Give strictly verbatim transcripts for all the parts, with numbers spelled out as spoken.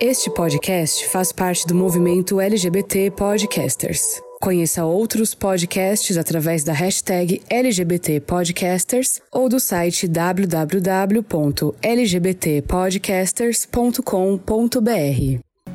Este podcast faz parte do movimento L G B T Podcasters. Conheça outros podcasts através da hashtag L G B T Podcasters ou do site w w w ponto l g b t podcasters ponto com ponto b r.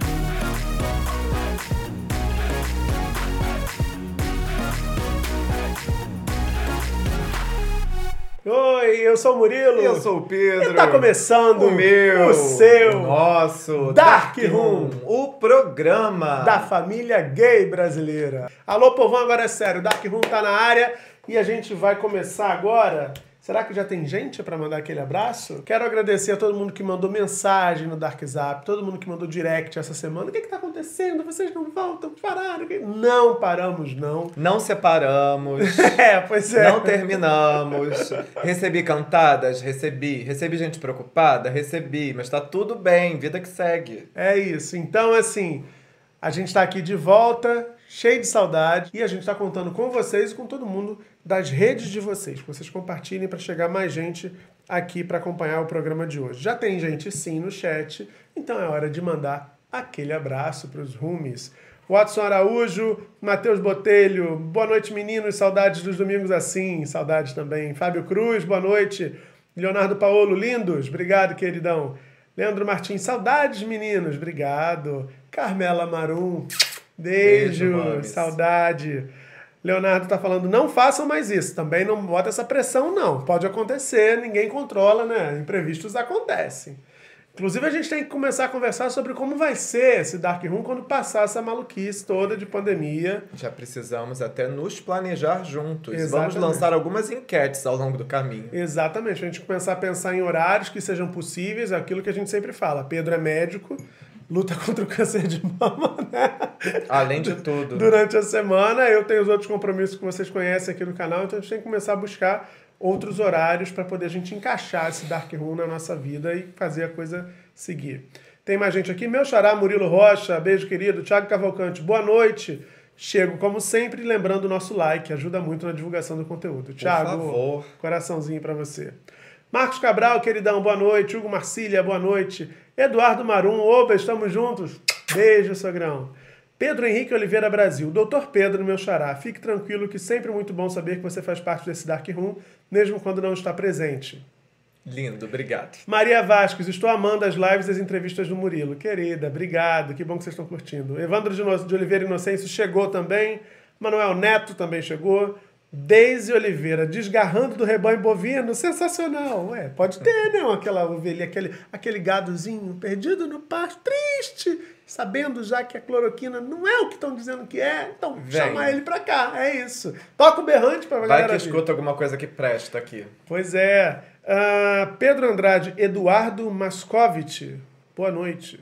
Oi, eu sou o Murilo. E eu sou o Pedro. E tá começando o meu, o seu, o nosso Dark Dark Room, Room, o programa da família gay brasileira. Alô, povão, agora é sério, o Dark Room tá na área e a gente vai começar agora. Será que já tem gente para mandar aquele abraço? Quero agradecer a todo mundo que mandou mensagem no Dark Zap, todo mundo que mandou direct essa semana. O que que tá acontecendo? Vocês não voltam? Pararam? Não paramos, não. Não separamos. É, pois é. Não terminamos. Recebi cantadas? Recebi. Recebi gente preocupada? Recebi. Mas tá tudo bem, vida que segue. É isso. Então, assim, a gente tá aqui de volta, cheio de saudade, e a gente tá contando com vocês e com todo mundo das redes de vocês, que vocês compartilhem para chegar mais gente aqui para acompanhar o programa de hoje. Já tem gente sim no chat, então é hora de mandar aquele abraço para os roomies. Watson Araújo, Matheus Botelho, boa noite meninos, saudades dos domingos assim, saudades também. Fábio Cruz, boa noite. Leonardo Paolo, lindos, obrigado queridão. Leandro Martins, saudades meninos, obrigado. Carmela Marum, beijo, beijo saudade. Leonardo tá falando, não façam mais isso. Também não bota essa pressão, não. Pode acontecer, ninguém controla, né? Imprevistos acontecem. Inclusive, a gente tem que começar a conversar sobre como vai ser esse Dark Room quando passar essa maluquice toda de pandemia. Já precisamos até nos planejar juntos. Exatamente. Vamos lançar algumas enquetes ao longo do caminho. Exatamente. A gente começar a pensar em horários que sejam possíveis, é aquilo que a gente sempre fala. Pedro é médico, luta contra o câncer de mama, né? Além de tudo. Durante a semana, eu tenho os outros compromissos que vocês conhecem aqui no canal, então a gente tem que começar a buscar outros horários para poder a gente encaixar esse Dark Room na nossa vida e fazer a coisa seguir. Tem mais gente aqui, meu xará Murilo Rocha, beijo querido, Thiago Cavalcante, boa noite. Chego, como sempre, lembrando o nosso like, ajuda muito na divulgação do conteúdo. Thiago, por favor. Coraçãozinho para você. Marcos Cabral, queridão, boa noite. Hugo Marcília, boa noite. Eduardo Marum, opa, estamos juntos. Beijo, sogrão. Pedro Henrique Oliveira Brasil, doutor Pedro, meu xará, fique tranquilo que sempre é muito bom saber que você faz parte desse Dark Room, mesmo quando não está presente. Lindo, obrigado. Maria Vasques, estou amando as lives e as entrevistas do Murilo. Querida, obrigado, que bom que vocês estão curtindo. Evandro de, no... de Oliveira Inocêncio chegou também. Manuel Neto também chegou. Deise Oliveira, desgarrando do rebanho bovino, sensacional. Ué, pode ter, né? Aquela ovelha, aquele, aquele gadozinho perdido no pasto, triste, sabendo já que a cloroquina não é o que estão dizendo que é, então Vem. Chama ele pra cá, é isso. Toca o berrante pra galera. Vai que escuta alguma coisa que presta aqui. Pois é. Uh, Pedro Andrade, Eduardo Mascovitch, boa noite.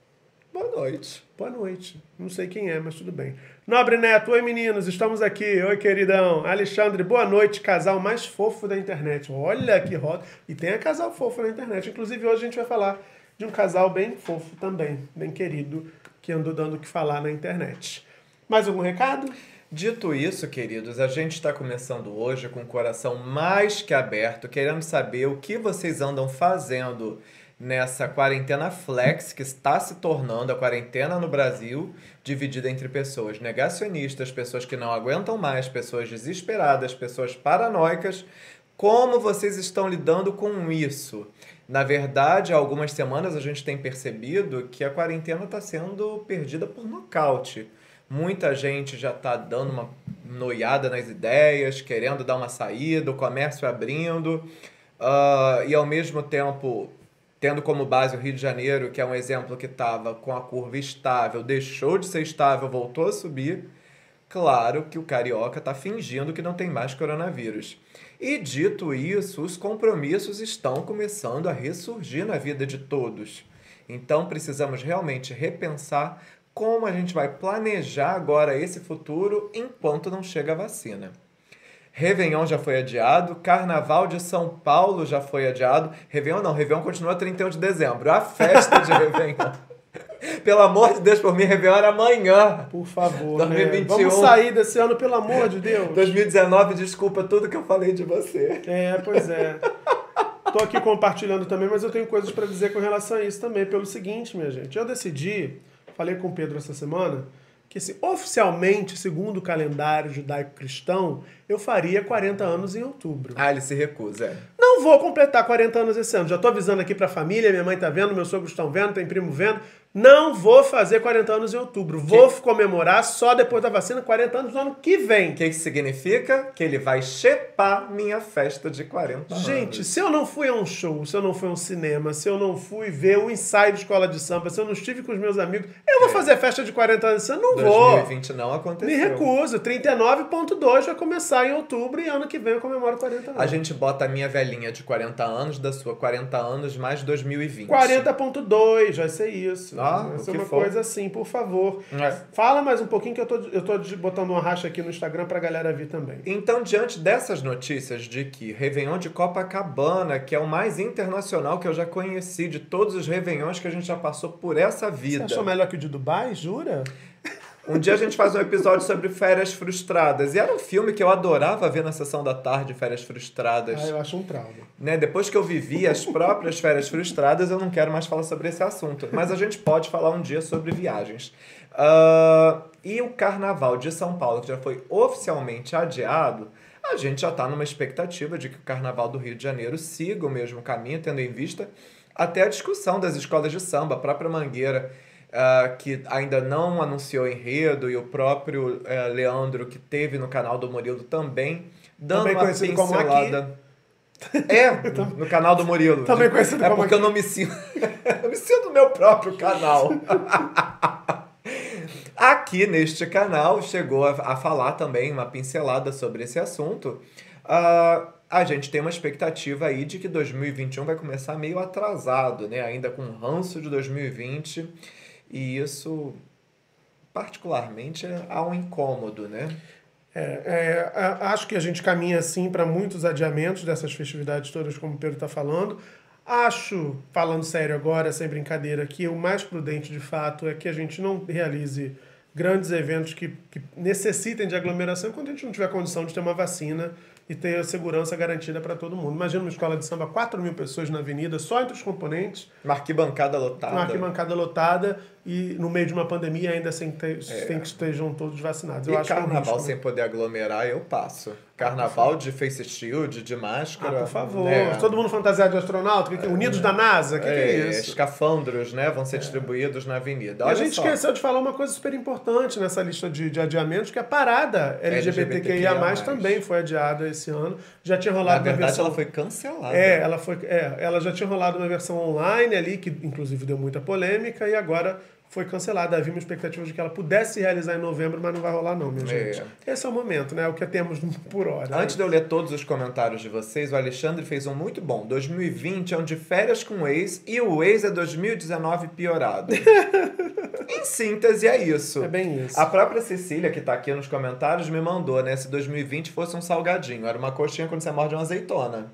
Boa noite. Boa noite. Não sei quem é, mas tudo bem. Nobre Neto, oi meninos, estamos aqui. Oi, queridão. Alexandre, boa noite, casal mais fofo da internet. Olha que roda. E tem a casal fofo na internet. Inclusive, hoje a gente vai falar de um casal bem fofo também, bem querido, que andou dando o que falar na internet. Mais algum recado? Dito isso, queridos, a gente está começando hoje com o coração mais que aberto, querendo saber o que vocês andam fazendo nessa quarentena flex que está se tornando a quarentena no Brasil, dividida entre pessoas negacionistas, pessoas que não aguentam mais, pessoas desesperadas, pessoas paranoicas. Como vocês estão lidando com isso? Na verdade, há algumas semanas a gente tem percebido que a quarentena está sendo perdida por nocaute. Muita gente já está dando uma noiada nas ideias, querendo dar uma saída, o comércio abrindo, uh, e ao mesmo tempo tendo como base o Rio de Janeiro, que é um exemplo que estava com a curva estável, deixou de ser estável, voltou a subir. Claro que o carioca está fingindo que não tem mais coronavírus. E dito isso, os compromissos estão começando a ressurgir na vida de todos. Então precisamos realmente repensar como a gente vai planejar agora esse futuro enquanto não chega a vacina. Réveillon já foi adiado, Carnaval de São Paulo já foi adiado. Réveillon não, Réveillon continua trinta e um de dezembro. A festa de Réveillon. Pelo amor de Deus, por mim, Réveillon era amanhã. Por favor, dois mil e vinte e um. Né? Vamos sair desse ano, pelo amor de Deus. dois mil e dezenove, desculpa tudo que eu falei de você. É, pois é. Tô aqui compartilhando também, mas eu tenho coisas para dizer com relação a isso também. Pelo seguinte, minha gente, eu decidi, falei com o Pedro essa semana, que assim, oficialmente, segundo o calendário judaico-cristão, eu faria quarenta anos em outubro. Ah, ele se recusa, é. Não vou completar quarenta anos esse ano. Já tô avisando aqui pra família, minha mãe tá vendo, meus sogros estão vendo, tem primo vendo. Não vou fazer quarenta anos em outubro. Vou que... comemorar só depois da vacina, quarenta anos no ano que vem. O que isso significa? Que ele vai chepar minha festa de quarenta anos. Gente, se eu não fui a um show, se eu não fui a um cinema, se eu não fui ver um ensaio de escola de samba, se eu não estive com os meus amigos, eu vou é. fazer festa de quarenta anos esse ano? Não vou. dois mil e vinte não aconteceu. Me recuso. trinta e nove ponto dois vai começar em outubro e ano que vem eu comemoro quarenta anos. A gente bota a minha velhinha de quarenta anos, da sua quarenta anos, mais dois mil e vinte. quarenta ponto dois, vai ser isso. Ah, vai ser o que uma for. coisa assim, por favor. É. Fala mais um pouquinho que eu tô, eu tô botando uma racha aqui no Instagram pra galera vir também. Então, diante dessas notícias de que Réveillon de Copacabana, que é o mais internacional que eu já conheci de todos os Réveillons que a gente já passou por essa vida. Você achou melhor que o de Dubai, jura? Um dia a gente faz um episódio sobre Férias Frustradas. E era um filme que eu adorava ver na sessão da tarde, Férias Frustradas. Ah, eu acho um trauma. Né? Depois que eu vivi as próprias Férias Frustradas, eu não quero mais falar sobre esse assunto. Mas a gente pode falar um dia sobre viagens. Uh, e o Carnaval de São Paulo, que já foi oficialmente adiado, a gente já está numa expectativa de que o Carnaval do Rio de Janeiro siga o mesmo caminho, tendo em vista até a discussão das escolas de samba, a própria Mangueira, Uh, que ainda não anunciou enredo, e o próprio uh, Leandro, que teve no canal do Murilo também, dando também uma conhecido pincelada. Como aqui. É, no canal do Murilo. Também conhecido é como porque aqui. eu não me sinto. Eu me sinto no meu próprio canal. Aqui neste canal chegou a, a falar também uma pincelada sobre esse assunto. Uh, a gente tem uma expectativa aí de que dois mil e vinte e um vai começar meio atrasado, né? Ainda com ranço de dois mil e vinte. E isso, particularmente, há um incômodo, né? É, é, acho que a gente caminha, assim, para muitos adiamentos dessas festividades todas, como o Pedro está falando. Acho, falando sério agora, sem brincadeira, que o mais prudente, de fato, é que a gente não realize grandes eventos que, que necessitem de aglomeração quando a gente não tiver condição de ter uma vacina e ter a segurança garantida para todo mundo. Imagina uma escola de samba, quatro mil pessoas na avenida, só entre os componentes. Uma arquibancada lotada. Uma arquibancada lotada e no meio de uma pandemia ainda sem, ter, é. sem que estejam todos vacinados. Eu e acho carnaval que é um risco, sem né? poder aglomerar, eu passo. Carnaval de face shield, de máscara. Ah, por favor. É. Todo mundo fantasiado de astronauta? Que que é? Unidos é. da NASA? O que, é, que é isso? Escafandros, né? Vão ser é. distribuídos na avenida. Olha, e a gente só. esqueceu de falar uma coisa super importante nessa lista de, de adiamentos, que a parada L G B T Q I A mais, também foi adiada esse ano. Já tinha rolado na verdade, uma versão... ela foi cancelada. É, ela, foi... é, ela já tinha rolado uma versão online ali, que inclusive deu muita polêmica, e agora foi cancelada. Havia uma expectativa de que ela pudesse realizar em novembro, mas não vai rolar não, minha gente. É. Esse é o momento, né? O que temos por hora. Antes de eu ler todos os comentários de vocês, o Alexandre fez um muito bom. dois mil e vinte é um de férias com o ex, e o ex é dois mil e dezenove piorado. Em síntese, é isso. É bem isso. A própria Cecília, que tá aqui nos comentários, me mandou, né? Se dois mil e vinte fosse um salgadinho. Era uma coxinha quando você morde uma azeitona.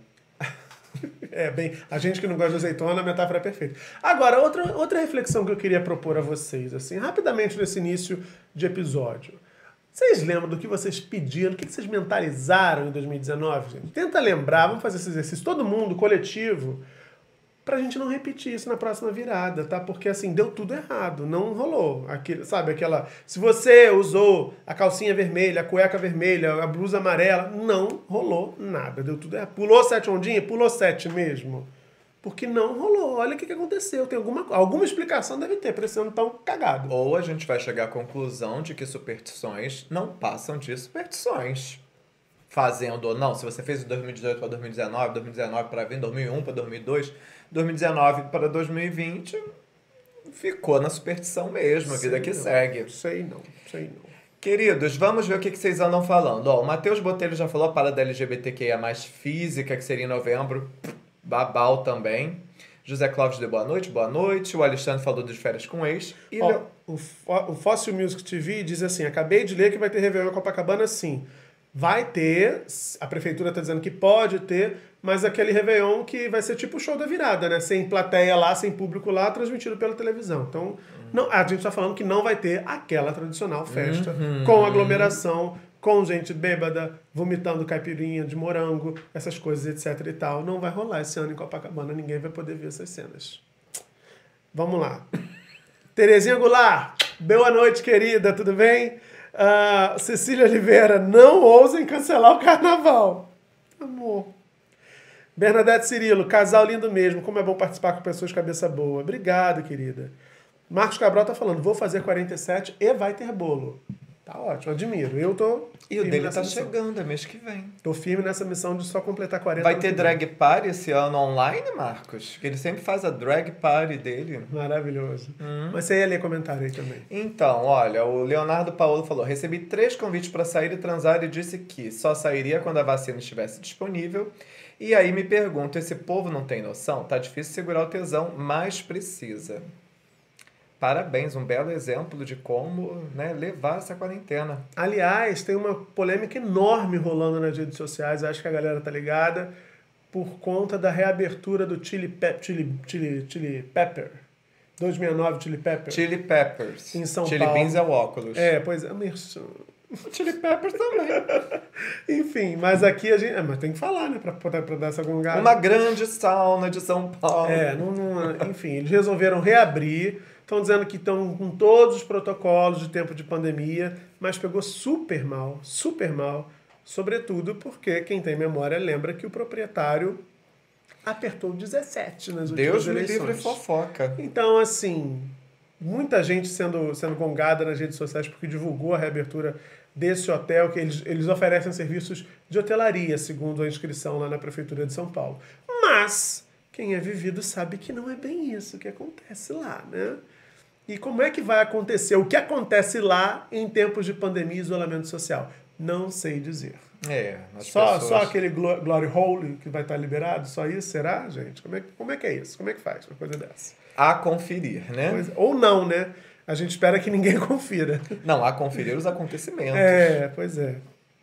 É, bem, a gente que não gosta de azeitona, a metáfora é perfeita. Agora, outra, outra reflexão que eu queria propor a vocês, assim, rapidamente nesse início de episódio. Vocês lembram do que vocês pediram, o que vocês mentalizaram em dois mil e dezenove, gente? Tenta lembrar, vamos fazer esse exercício, todo mundo, coletivo, pra gente não repetir isso na próxima virada, tá? Porque, assim, deu tudo errado, não rolou. Aquele, sabe, aquela... Se você usou a calcinha vermelha, a cueca vermelha, a blusa amarela, não rolou nada, deu tudo errado. Pulou sete ondinhas? Pulou sete mesmo. Porque não rolou. Olha o que, que aconteceu. Tem alguma, alguma explicação deve ter pra esse ano tão cagado. Ou a gente vai chegar à conclusão de que superstições não passam de superstições. Fazendo ou não. Se você fez de dois mil e dezoito para dois mil e dezenove, dois mil e dezenove para vir, dois mil e um para dois mil e dois, dois mil e dezenove para dois mil e vinte, ficou na superstição mesmo, a vida sei que não, segue. Sei não, sei não. Queridos, vamos ver o que vocês andam falando. Ó, o Matheus Botelho já falou a parada L G B T Q I A mais, física, que seria em novembro. Babau também. José Clóvis deu boa noite, boa noite. O Alexandre falou de férias com ex. E Ó, Leo... o, o Fossil Music T V diz assim, acabei de ler que vai ter Réveillon em Copacabana, sim. Vai ter, a prefeitura está dizendo que pode ter, mas aquele Réveillon que vai ser tipo o show da virada, né? Sem plateia lá, sem público lá, transmitido pela televisão. Então, não, a gente está falando que não vai ter aquela tradicional festa uhum. com aglomeração, com gente bêbada, vomitando caipirinha de morango, essas coisas, etc e tal. Não vai rolar esse ano em Copacabana, ninguém vai poder ver essas cenas. Vamos lá. Terezinha Goulart, boa noite, querida, tudo bem? Uh, Cecília Oliveira, não ousem cancelar o carnaval. Amor. Bernadette Cirilo, casal lindo mesmo, como é bom participar com pessoas de cabeça boa. Obrigado, querida. Marcos Cabral tá falando, vou fazer quarenta e sete e vai ter bolo. Tá ótimo, admiro. Eu tô E o dele tá missão. chegando, é mês que vem. Tô firme nessa missão de só completar quarenta. Vai ter drag party esse ano online, Marcos? Que ele sempre faz a drag party dele. Maravilhoso. Hum. Mas você ia ler comentário aí também. Então, olha, o Leonardo Paulo falou, recebi três convites para sair e transar e disse que só sairia quando a vacina estivesse disponível. E aí me pergunto, esse povo não tem noção? Tá difícil segurar o tesão, mas precisa. Parabéns, um belo exemplo de como, né, levar essa quarentena. Aliás, tem uma polêmica enorme rolando nas redes sociais, acho que a galera tá ligada, por conta da reabertura do Chili, Pe- Chili, Chili, Chili Pepper. duzentos e sessenta e nove Chili Pepper. Chili Peppers. Em São Chili Paulo. Beans é o óculos. É, pois é, Merson. Chili Peppers também. Enfim, mas aqui a gente... É, mas tem que falar, né, pra, pra, pra dar essa gongada. Uma grande sauna de São Paulo. É, não, não, enfim, eles resolveram reabrir. Estão dizendo que estão com todos os protocolos de tempo de pandemia, mas pegou super mal, super mal. Sobretudo porque quem tem memória lembra que o proprietário apertou dezessete nas últimas Deus me eleições. livre fofoca. Então, assim, muita gente sendo, sendo gongada nas redes sociais porque divulgou a reabertura desse hotel, que eles, eles oferecem serviços de hotelaria, segundo a inscrição lá na Prefeitura de São Paulo. Mas quem é vivido sabe que não é bem isso que acontece lá, né? E como é que vai acontecer? O que acontece lá em tempos de pandemia e isolamento social? Não sei dizer. É, as Só, pessoas... só aquele glo- Glory Hole que vai estar liberado? Só isso? Será, gente? Como é, como é que é isso? Como é que faz uma coisa dessa? A conferir, né? Pois- ou não, né? A gente espera que ninguém confira. Não, a conferir os acontecimentos. É, pois é.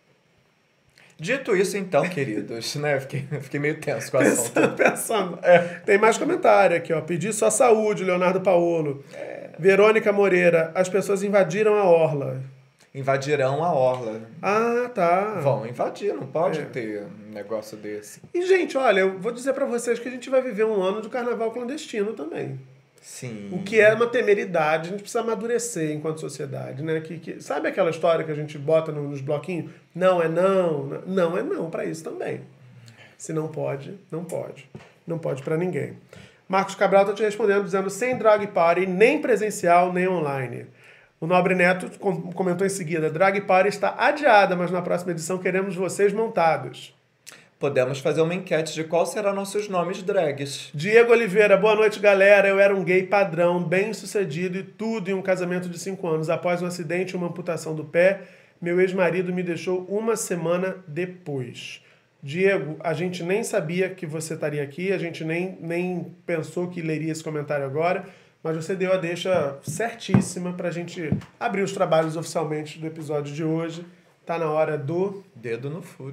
Dito isso, então, queridos, né? Fiquei, fiquei meio tenso com a assunto. Pensando, pensando. É. Tem mais comentário aqui, ó. Pedi só saúde, Leonardo Paolo. É. Verônica Moreira, as pessoas invadiram a orla. Invadirão a orla. Ah, tá. Vão invadir, não pode É. ter um negócio desse. E, gente, olha, eu vou dizer pra vocês que a gente vai viver um ano de carnaval clandestino também. Sim. O que é uma temeridade, a gente precisa amadurecer enquanto sociedade, né? Que, que, sabe aquela história que a gente bota no, nos bloquinhos? Não é não, não é não pra isso também. Se não pode, não pode. Não pode pra ninguém. Marcos Cabral tá te respondendo, dizendo sem drag party, nem presencial, nem online. O Nobre Neto com- comentou em seguida, drag party está adiada, mas na próxima edição queremos vocês montados. Podemos fazer uma enquete de qual serão nossos nomes drags. Diego Oliveira, boa noite, galera. Eu era um gay padrão, bem sucedido e tudo em um casamento de cinco anos. Após um acidente e uma amputação do pé, meu ex-marido me deixou uma semana depois. Diego, a gente nem sabia que você estaria aqui, a gente nem, nem pensou que leria esse comentário agora, mas você deu a deixa certíssima pra gente abrir os trabalhos oficialmente do episódio de hoje. Tá na hora do... Dedo no furo.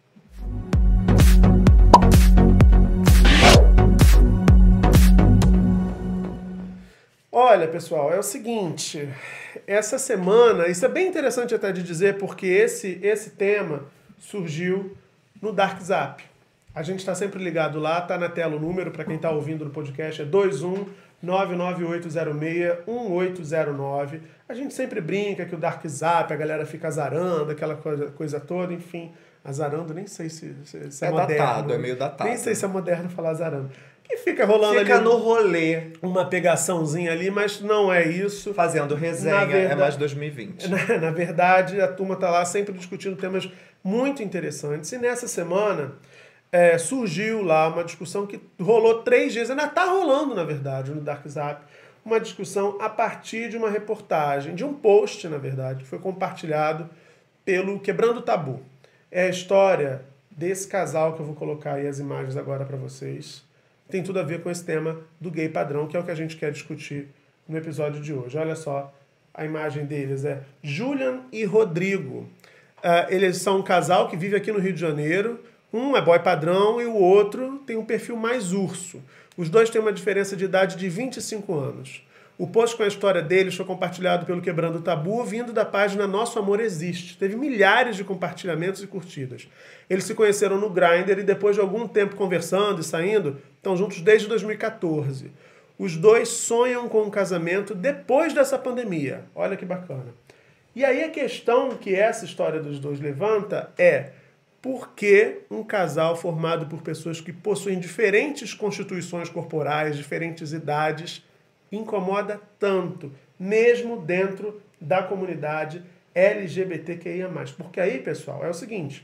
Olha, pessoal, é o seguinte, essa semana, isso é bem interessante até de dizer, porque esse, esse tema surgiu no Dark Zap. A gente está sempre ligado lá, tá na tela o número, para quem está ouvindo no podcast, é dois um nove nove oito zero seis um oito zero nove. A gente sempre brinca que o Dark Zap, a galera fica azarando, aquela coisa, coisa toda, enfim. Azarando, nem sei se, se, se é, É moderno. datado, é meio datado. Nem sei se é moderno falar azarando. Que fica rolando Fica ali no rolê, uma pegaçãozinha ali, mas não é isso. fazendo resenha, Na verdade- é mais dois mil e vinte. Na, na verdade, a turma tá lá sempre discutindo temas muito interessantes. E nessa semana é, surgiu lá uma discussão que rolou três dias, ainda tá rolando, na verdade, no Dark Zap, uma discussão a partir de uma reportagem, de um post, na verdade, que foi compartilhado pelo Quebrando o Tabu. É a história desse casal que eu vou colocar aí as imagens agora para vocês. Tem tudo a ver com esse tema do gay padrão, que é o que a gente quer discutir no episódio de hoje. Olha só, a imagem deles é Julian e Rodrigo. Uh, eles são um casal que vive aqui no Rio de Janeiro. Um é boy padrão e o outro tem um perfil mais urso. Os dois têm uma diferença de idade de vinte e cinco anos. O post com a história deles foi compartilhado pelo Quebrando o Tabu, vindo da página Nosso Amor Existe. Teve milhares de compartilhamentos e curtidas. Eles se conheceram no Grindr e depois de algum tempo conversando e saindo, estão juntos desde dois mil e quatorze. Os dois sonham com um casamento depois dessa pandemia. Olha que bacana. E aí a questão que essa história dos dois levanta é: por que um casal formado por pessoas que possuem diferentes constituições corporais, diferentes idades, incomoda tanto, mesmo dentro da comunidade L G B T Q I A mais? Porque aí, pessoal, é o seguinte: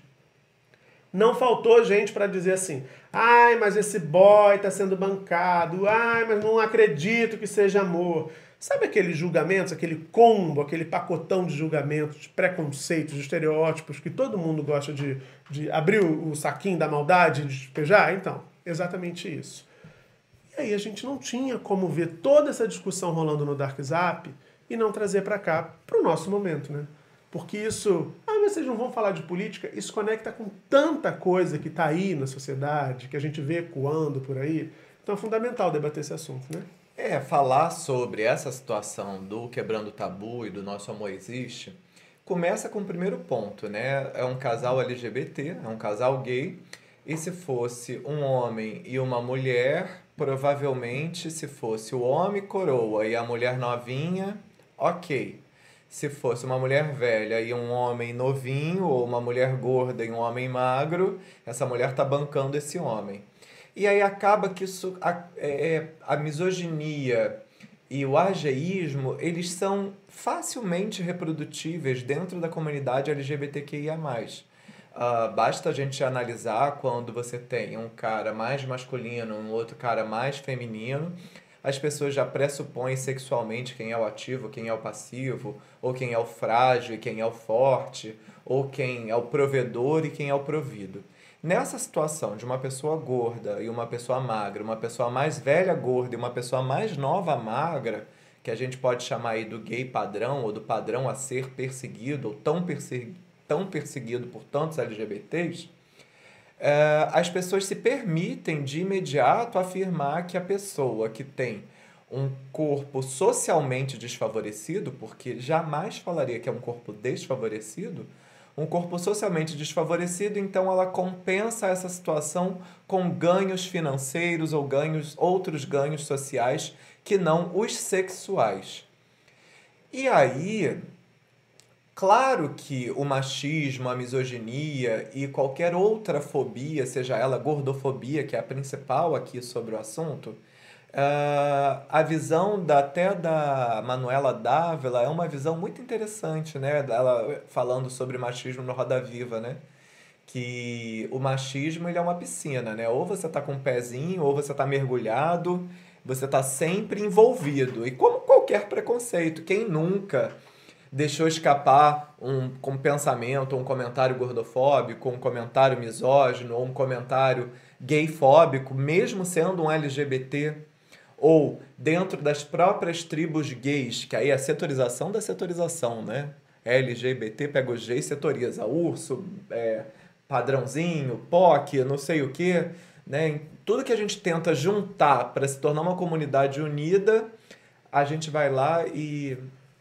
não faltou gente para dizer assim, ai, mas esse boy tá sendo bancado, ai, mas não acredito que seja amor. Sabe aqueles julgamentos, aquele combo, aquele pacotão de julgamentos, de preconceitos, de estereótipos, que todo mundo gosta de, de abrir o, o saquinho da maldade e de despejar? Então, exatamente isso. E aí a gente não tinha como ver toda essa discussão rolando no Dark Zap e não trazer para cá, para o nosso momento, né? Porque isso... Ah, mas vocês não vão falar de política? Isso conecta com tanta coisa que está aí na sociedade, que a gente vê ecoando por aí. Então é fundamental debater esse assunto, né? É, falar sobre essa situação do Quebrando o Tabu e do Nosso Amor Existe começa com o primeiro ponto, né? É um casal L G B T, é um casal gay, e se fosse um homem e uma mulher, provavelmente se fosse o homem coroa e a mulher novinha, ok. Se fosse uma mulher velha e um homem novinho, ou uma mulher gorda e um homem magro, essa mulher tá bancando esse homem. E aí acaba que isso, a, é, a misoginia e o ageísmo, eles são facilmente reprodutíveis dentro da comunidade L G B T Q I A mais. Uh, basta a gente analisar quando você tem um cara mais masculino, um outro cara mais feminino, as pessoas já pressupõem sexualmente quem é o ativo, quem é o passivo, ou quem é o frágil e quem é o forte, ou quem é o provedor e quem é o provido. Nessa situação de uma pessoa gorda e uma pessoa magra, uma pessoa mais velha gorda e uma pessoa mais nova magra, que a gente pode chamar aí do gay padrão ou do padrão a ser perseguido ou tão, persegui- tão perseguido por tantos L G B Ts, é, as pessoas se permitem de imediato afirmar que a pessoa que tem um corpo socialmente desfavorecido, porque jamais falaria que é um corpo desfavorecido, um corpo socialmente desfavorecido, então ela compensa essa situação com ganhos financeiros ou ganhos, outros ganhos sociais que não os sexuais. E aí, claro que o machismo, a misoginia e qualquer outra fobia, seja ela gordofobia, que é a principal aqui sobre o assunto, Uh, a visão da, até da Manuela Dávila é uma visão muito interessante, né? Ela falando sobre machismo no Roda Viva, né? Que o machismo ele é uma piscina, né? Ou você tá com um pezinho, ou você tá mergulhado, você tá sempre envolvido. E como qualquer preconceito, quem nunca deixou escapar um, um pensamento, um comentário gordofóbico, um comentário misógino, ou um comentário gayfóbico, mesmo sendo um L G B T, ou dentro das próprias tribos gays, que aí é a setorização da setorização, né? L G B T pega o G e setoriza. Urso, é, padrãozinho, P O C, não sei o quê, né? Tudo que a gente tenta juntar para se tornar uma comunidade unida, a gente vai lá e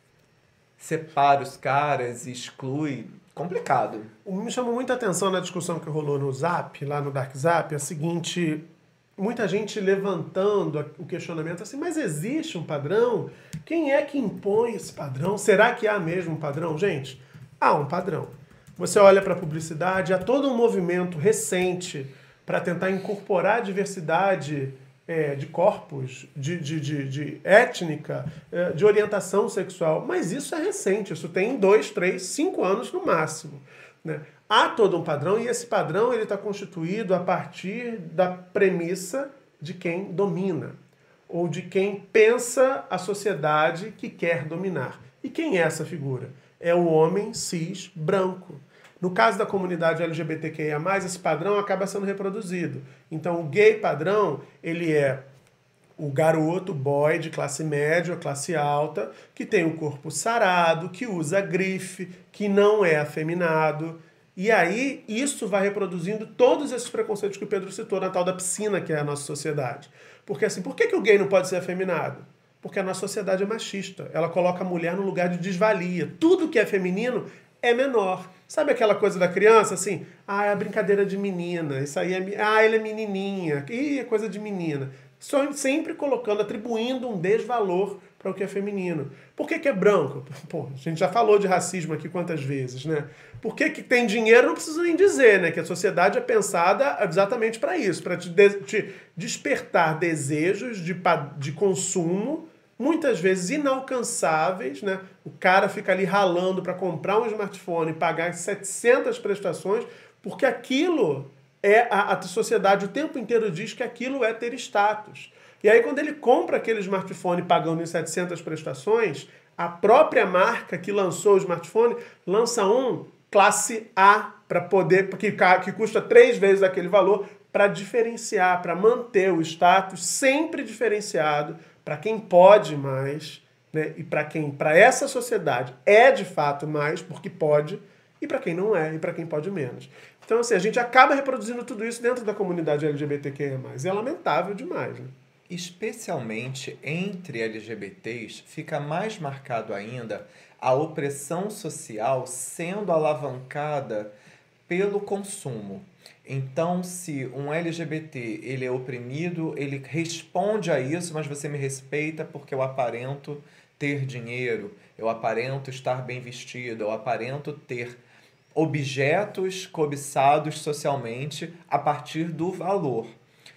separa os caras e exclui. Complicado. Me chamou muita atenção na discussão que rolou no Zap, lá no Dark Zap, a seguinte... Muita gente levantando o questionamento assim, mas existe um padrão? Quem é que impõe esse padrão? Será que há mesmo um padrão? Gente, há um padrão. Você olha para a publicidade, há todo um movimento recente para tentar incorporar a diversidade é, de corpos, de, de, de, de étnica, é, de orientação sexual. Mas isso é recente, isso tem dois, três, cinco anos no máximo, né? Há todo um padrão e esse padrão ele está constituído a partir da premissa de quem domina ou de quem pensa a sociedade que quer dominar. E quem é essa figura? É o homem cis branco. No caso da comunidade L G B T Q I A mais, esse padrão acaba sendo reproduzido. Então o gay padrão ele é o garoto, boy de classe média, classe alta, que tem o corpo sarado, que usa grife, que não é afeminado. E aí, isso vai reproduzindo todos esses preconceitos que o Pedro citou na tal da piscina, que é a nossa sociedade. Porque assim, por que, que o gay não pode ser afeminado? Porque a nossa sociedade é machista. Ela coloca a mulher no lugar de desvalia. Tudo que é feminino é menor. Sabe aquela coisa da criança, assim? Ah, é a brincadeira de menina. Isso aí é... Ah, ele é menininha. Ih, é coisa de menina. Só sempre colocando, atribuindo um desvalor para o que é feminino. Por que que é branco? Pô, a gente já falou de racismo aqui quantas vezes, né? Por que que tem dinheiro? Não preciso nem dizer, né? Que a sociedade é pensada exatamente para isso, para te, de, te despertar desejos de, de consumo, muitas vezes inalcançáveis, né? O cara fica ali ralando para comprar um smartphone e pagar setecentas prestações, porque aquilo é a, a sociedade o tempo inteiro diz que aquilo é ter status. E aí quando ele compra aquele smartphone pagando em setecentas prestações, a própria marca que lançou o smartphone lança um classe A para poder, que, que custa três vezes aquele valor, para diferenciar, para manter o status sempre diferenciado para quem pode mais, né? E para quem, para essa sociedade é de fato mais, porque pode, e para quem não é, e para quem pode menos. Então, assim, a gente acaba reproduzindo tudo isso dentro da comunidade L G B T Q I A mais. É lamentável demais, né? Especialmente entre L G B Ts, fica mais marcado ainda a opressão social sendo alavancada pelo consumo. Então, se um L G B T ele é oprimido, ele responde a isso, mas você me respeita porque eu aparento ter dinheiro, eu aparento estar bem vestido, eu aparento ter objetos cobiçados socialmente a partir do valor.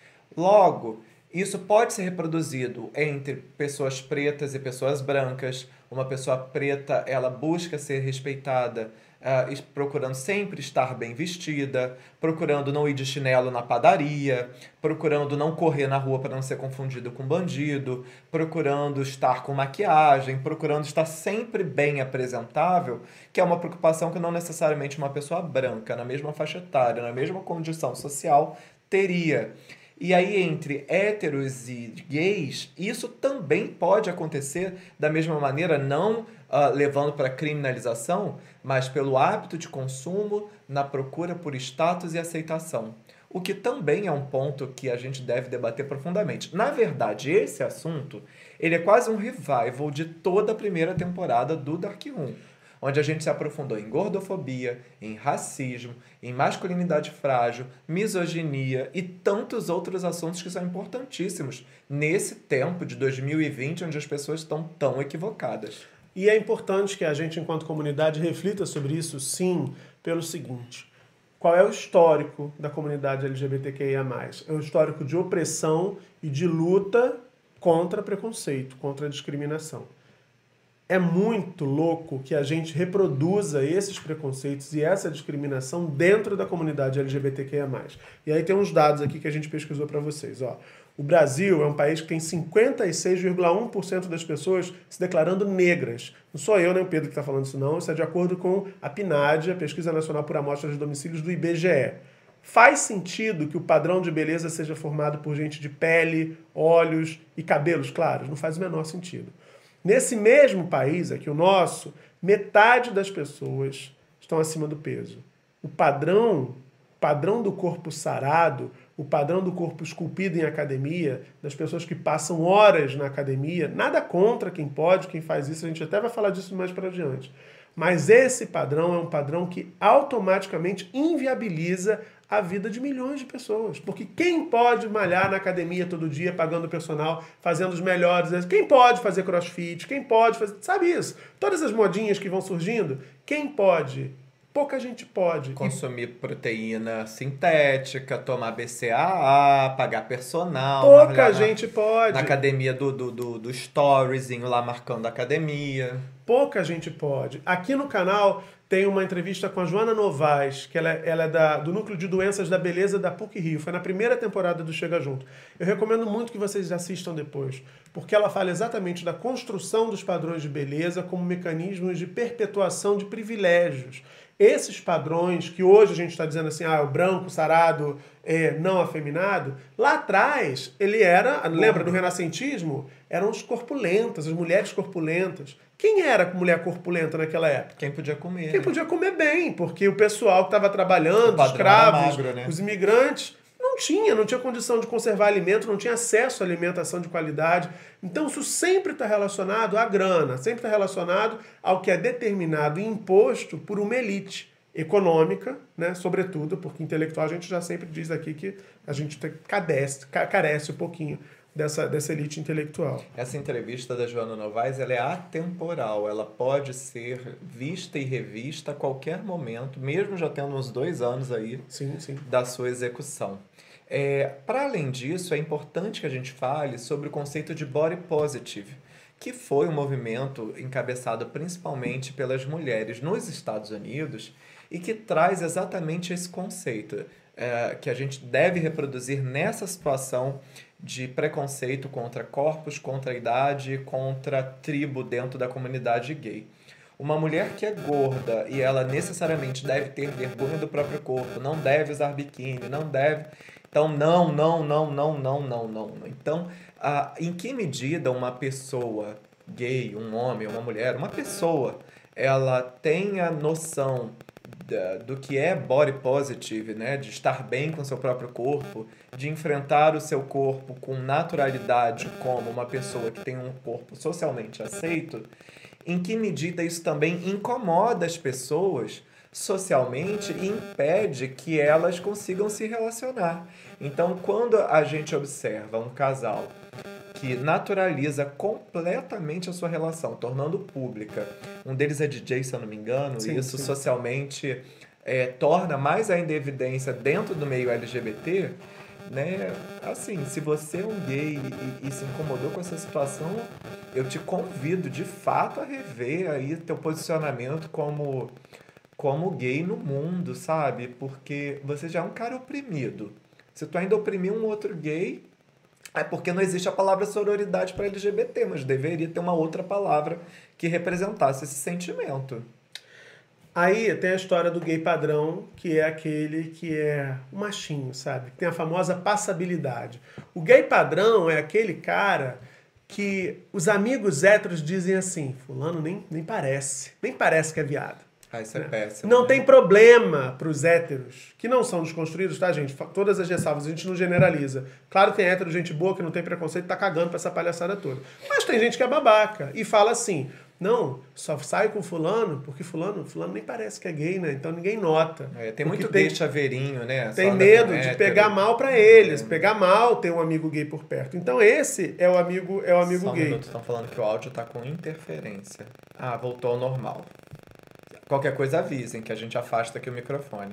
Logo, isso pode ser reproduzido entre pessoas pretas e pessoas brancas. Uma pessoa preta, ela busca ser respeitada, uh, procurando sempre estar bem vestida, procurando não ir de chinelo na padaria, procurando não correr na rua para não ser confundido com bandido, procurando estar com maquiagem, procurando estar sempre bem apresentável, que é uma preocupação que não necessariamente uma pessoa branca, na mesma faixa etária, na mesma condição social, teria. E aí, entre héteros e gays, isso também pode acontecer da mesma maneira, não uh, levando para criminalização, mas pelo hábito de consumo, na procura por status e aceitação. O que também é um ponto que a gente deve debater profundamente. Na verdade, esse assunto ele é quase um revival de toda a primeira temporada do Dark Room, onde a gente se aprofundou em gordofobia, em racismo, em masculinidade frágil, misoginia e tantos outros assuntos que são importantíssimos nesse tempo de dois mil e vinte, onde as pessoas estão tão equivocadas. E é importante que a gente, enquanto comunidade, reflita sobre isso, sim, pelo seguinte: qual é o histórico da comunidade L G B T Q I A mais? É um histórico de opressão e de luta contra preconceito, contra discriminação. É muito louco que a gente reproduza esses preconceitos e essa discriminação dentro da comunidade L G B T Q I A mais. E aí tem uns dados aqui que a gente pesquisou para vocês. Ó. O Brasil é um país que tem cinquenta e seis vírgula um por cento das pessoas se declarando negras. Não sou eu nem o Pedro que está falando isso não, isso é de acordo com a PNAD, a Pesquisa Nacional por Amostra de Domicílios do I B G E. Faz sentido que o padrão de beleza seja formado por gente de pele, olhos e cabelos claros? Não faz o menor sentido. Nesse mesmo país, aqui o nosso, metade das pessoas estão acima do peso. O padrão, padrão do corpo sarado, o padrão do corpo esculpido em academia, das pessoas que passam horas na academia, nada contra quem pode, quem faz isso, a gente até vai falar disso mais para adiante. Mas esse padrão é um padrão que automaticamente inviabiliza a vida de milhões de pessoas. Porque quem pode malhar na academia todo dia, pagando personal, fazendo os melhores... Quem pode fazer crossfit? Quem pode fazer... Sabe isso? Todas as modinhas que vão surgindo, quem pode? Pouca gente pode. Consumir proteína sintética, tomar B C A A, pagar personal. Pouca gente na, pode. Na academia do, do, do, do storyzinho lá marcando a academia. Pouca gente pode. Aqui no canal tem uma entrevista com a Joana Novaes, que ela, ela é da, do Núcleo de Doenças da Beleza da PUC-Rio. Foi na primeira temporada do Chega Junto. Eu recomendo muito que vocês assistam depois, porque ela fala exatamente da construção dos padrões de beleza como mecanismos de perpetuação de privilégios. Esses padrões que hoje a gente está dizendo assim, ah, o branco, sarado, é, não afeminado, lá atrás ele era, lembra do renascentismo? Eram os corpulentas, as mulheres corpulentas. Quem era mulher corpulenta naquela época? Quem podia comer. Quem né? podia comer bem, porque o pessoal que estava trabalhando, os escravos, magro, né? os imigrantes, Não tinha, não tinha condição de conservar alimento, não tinha acesso à alimentação de qualidade. Então isso sempre está relacionado à grana, sempre está relacionado ao que é determinado e imposto por uma elite econômica, né, sobretudo, porque intelectual a gente já sempre diz aqui que a gente carece, carece um pouquinho dessa, dessa elite intelectual. Essa entrevista da Joana Novaes, ela é atemporal, ela pode ser vista e revista a qualquer momento, mesmo já tendo uns dois anos aí sim, sim. da sua execução. É, para além disso, é importante que a gente fale sobre o conceito de body positive, que foi um movimento encabeçado principalmente pelas mulheres nos Estados Unidos e que traz exatamente esse conceito, é, que a gente deve reproduzir nessa situação de preconceito contra corpos, contra a idade, contra a tribo dentro da comunidade gay. Uma mulher que é gorda e ela necessariamente deve ter vergonha do próprio corpo, não deve usar biquíni, não deve... Então, não, não, não, não, não, não, não. Então, ah, em que medida uma pessoa gay, um homem, uma mulher, uma pessoa, ela tem a noção da, do que é body positive, né? De estar bem com o seu próprio corpo, de enfrentar o seu corpo com naturalidade como uma pessoa que tem um corpo socialmente aceito, em que medida isso também incomoda as pessoas socialmente e impede que elas consigam se relacionar. Então, quando a gente observa um casal que naturaliza completamente a sua relação, tornando pública, um deles é D J, se eu não me engano, sim, e isso sim. socialmente é, torna mais ainda evidência dentro do meio L G B T, né? Assim, se você é um gay e, e se incomodou com essa situação, eu te convido de fato a rever aí teu posicionamento como como gay no mundo, sabe? Porque você já é um cara oprimido. Se tu ainda oprimir um outro gay, é porque não existe a palavra sororidade para L G B T, mas deveria ter uma outra palavra que representasse esse sentimento. Aí tem a história do gay padrão, que é aquele que é o machinho, sabe? Que tem a famosa passabilidade. O gay padrão é aquele cara que os amigos héteros dizem assim, fulano nem, nem parece, nem parece que é viado. Ah, isso é péssimo. Não né? tem problema para os héteros, que não são desconstruídos, tá, gente? Todas as ressalvas, a gente não generaliza. Claro que tem hétero, gente boa, que não tem preconceito, tá cagando pra essa palhaçada toda. Mas tem gente que é babaca e fala assim, não, só sai com fulano, porque fulano, fulano nem parece que é gay, né? Então ninguém nota. É, tem porque muito tem, gay chaveirinho, né? Tem Só medo anda com de hétero. pegar mal pra eles, É. pegar mal ter um amigo gay por perto. Então esse é o amigo, é o amigo Só um gay. minuto, estão falando que o áudio tá com interferência. Ah, voltou ao normal. Qualquer coisa avisem, que a gente afasta aqui o microfone.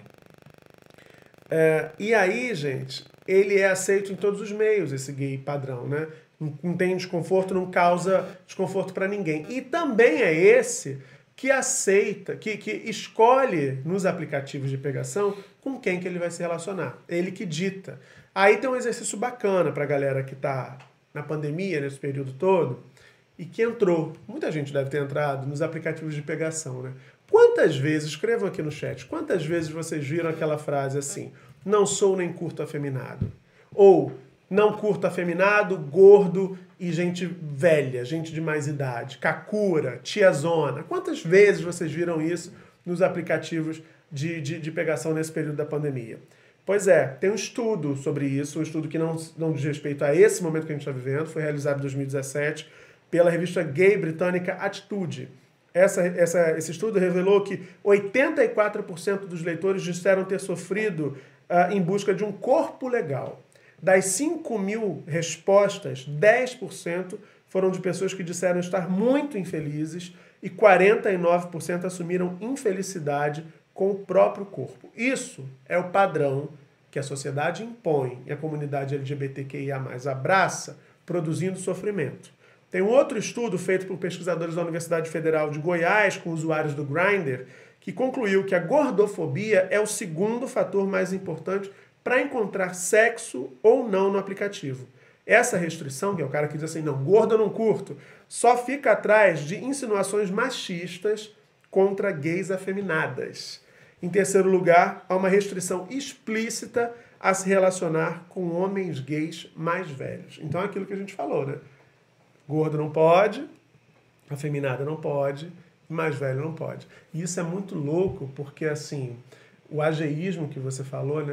É, e aí, gente, ele é aceito em todos os meios, esse gay padrão, né? Não, não tem desconforto, não causa desconforto pra ninguém. E também é esse que aceita, que, que escolhe nos aplicativos de pegação com quem que ele vai se relacionar. Ele que dita. Aí tem um exercício bacana pra galera que tá na pandemia, nesse período todo, e que entrou, muita gente deve ter entrado nos aplicativos de pegação, né? Quantas vezes, escrevam aqui no chat, quantas vezes vocês viram aquela frase assim, não sou nem curto afeminado? Ou, não curto afeminado, gordo e gente velha, gente de mais idade, kakura, tiazona. Quantas vezes vocês viram isso nos aplicativos de, de, de pegação nesse período da pandemia? Pois é, tem um estudo sobre isso, um estudo que não, não diz respeito a esse momento que a gente está vivendo, foi realizado em dois mil e dezessete pela revista gay britânica Atitude. Essa, essa, esse estudo revelou que oitenta e quatro por cento dos leitores disseram ter sofrido uh, em busca de um corpo legal. Das cinco mil respostas, dez por cento foram de pessoas que disseram estar muito infelizes e quarenta e nove por cento assumiram infelicidade com o próprio corpo. Isso é o padrão que a sociedade impõe e a comunidade L G B T Q I A mais, abraça, produzindo sofrimento. Tem um outro estudo feito por pesquisadores da Universidade Federal de Goiás com usuários do Grindr que concluiu que a gordofobia é o segundo fator mais importante para encontrar sexo ou não no aplicativo. Essa restrição, que é o cara que diz assim, não, gordo eu não curto, só fica atrás de insinuações machistas contra gays afeminadas. Em terceiro lugar, há uma restrição explícita a se relacionar com homens gays mais velhos. Então é aquilo que a gente falou, né? Gordo não pode, afeminada não pode, mais velho não pode. E isso é muito louco, porque assim, o ageísmo que você falou, né?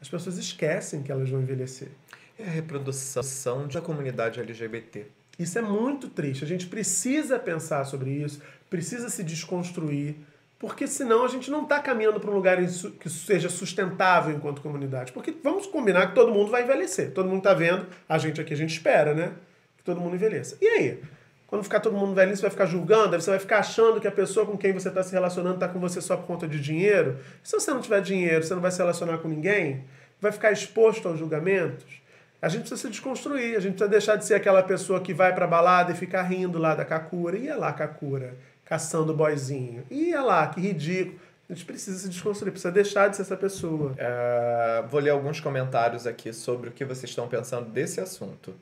as pessoas esquecem que elas vão envelhecer. É a reprodução da comunidade L G B T. Isso é muito triste. A gente precisa pensar sobre isso, precisa se desconstruir, porque senão a gente não está caminhando para um lugar que seja sustentável enquanto comunidade. Porque vamos combinar que todo mundo vai envelhecer. Todo mundo está vendo, a gente aqui, a gente espera, né? Que todo mundo envelheça. E aí? Quando ficar todo mundo velhinho, você vai ficar julgando, você vai ficar achando que a pessoa com quem você está se relacionando está com você só por conta de dinheiro. Se você não tiver dinheiro, você não vai se relacionar com ninguém, vai ficar exposto aos julgamentos. A gente precisa se desconstruir, a gente precisa deixar de ser aquela pessoa que vai pra balada e ficar rindo lá da Kakura. Ia lá, Kakura, caçando o boyzinho. Ia lá, que ridículo. A gente precisa se desconstruir, precisa deixar de ser essa pessoa. Uh, vou ler alguns comentários aqui sobre o que vocês estão pensando desse assunto.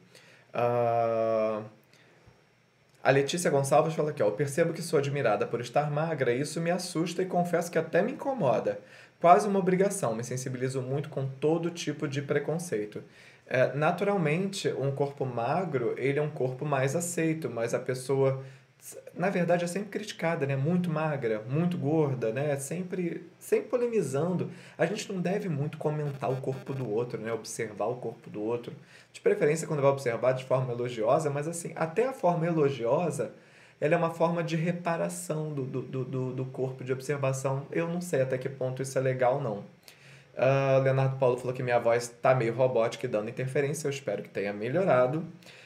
Uh, a Letícia Gonçalves fala aqui, ó, eu percebo que sou admirada por estar magra, e isso me assusta e confesso que até me incomoda. Quase uma obrigação, me sensibilizo muito com todo tipo de preconceito. É, naturalmente, um corpo magro, ele é um corpo mais aceito, mas a pessoa, na verdade, é sempre criticada, né? Muito magra, muito gorda, né? Sempre, sempre polemizando. A gente não deve muito comentar o corpo do outro, né? Observar o corpo do outro. De preferência, quando vai observar de forma elogiosa, mas assim, até a forma elogiosa, ela é uma forma de reparação do, do, do, do corpo, de observação. Eu não sei até que ponto isso é legal, não. Uh, Leonardo Paulo falou que minha voz está meio robótica e dando interferência. Eu espero que tenha melhorado.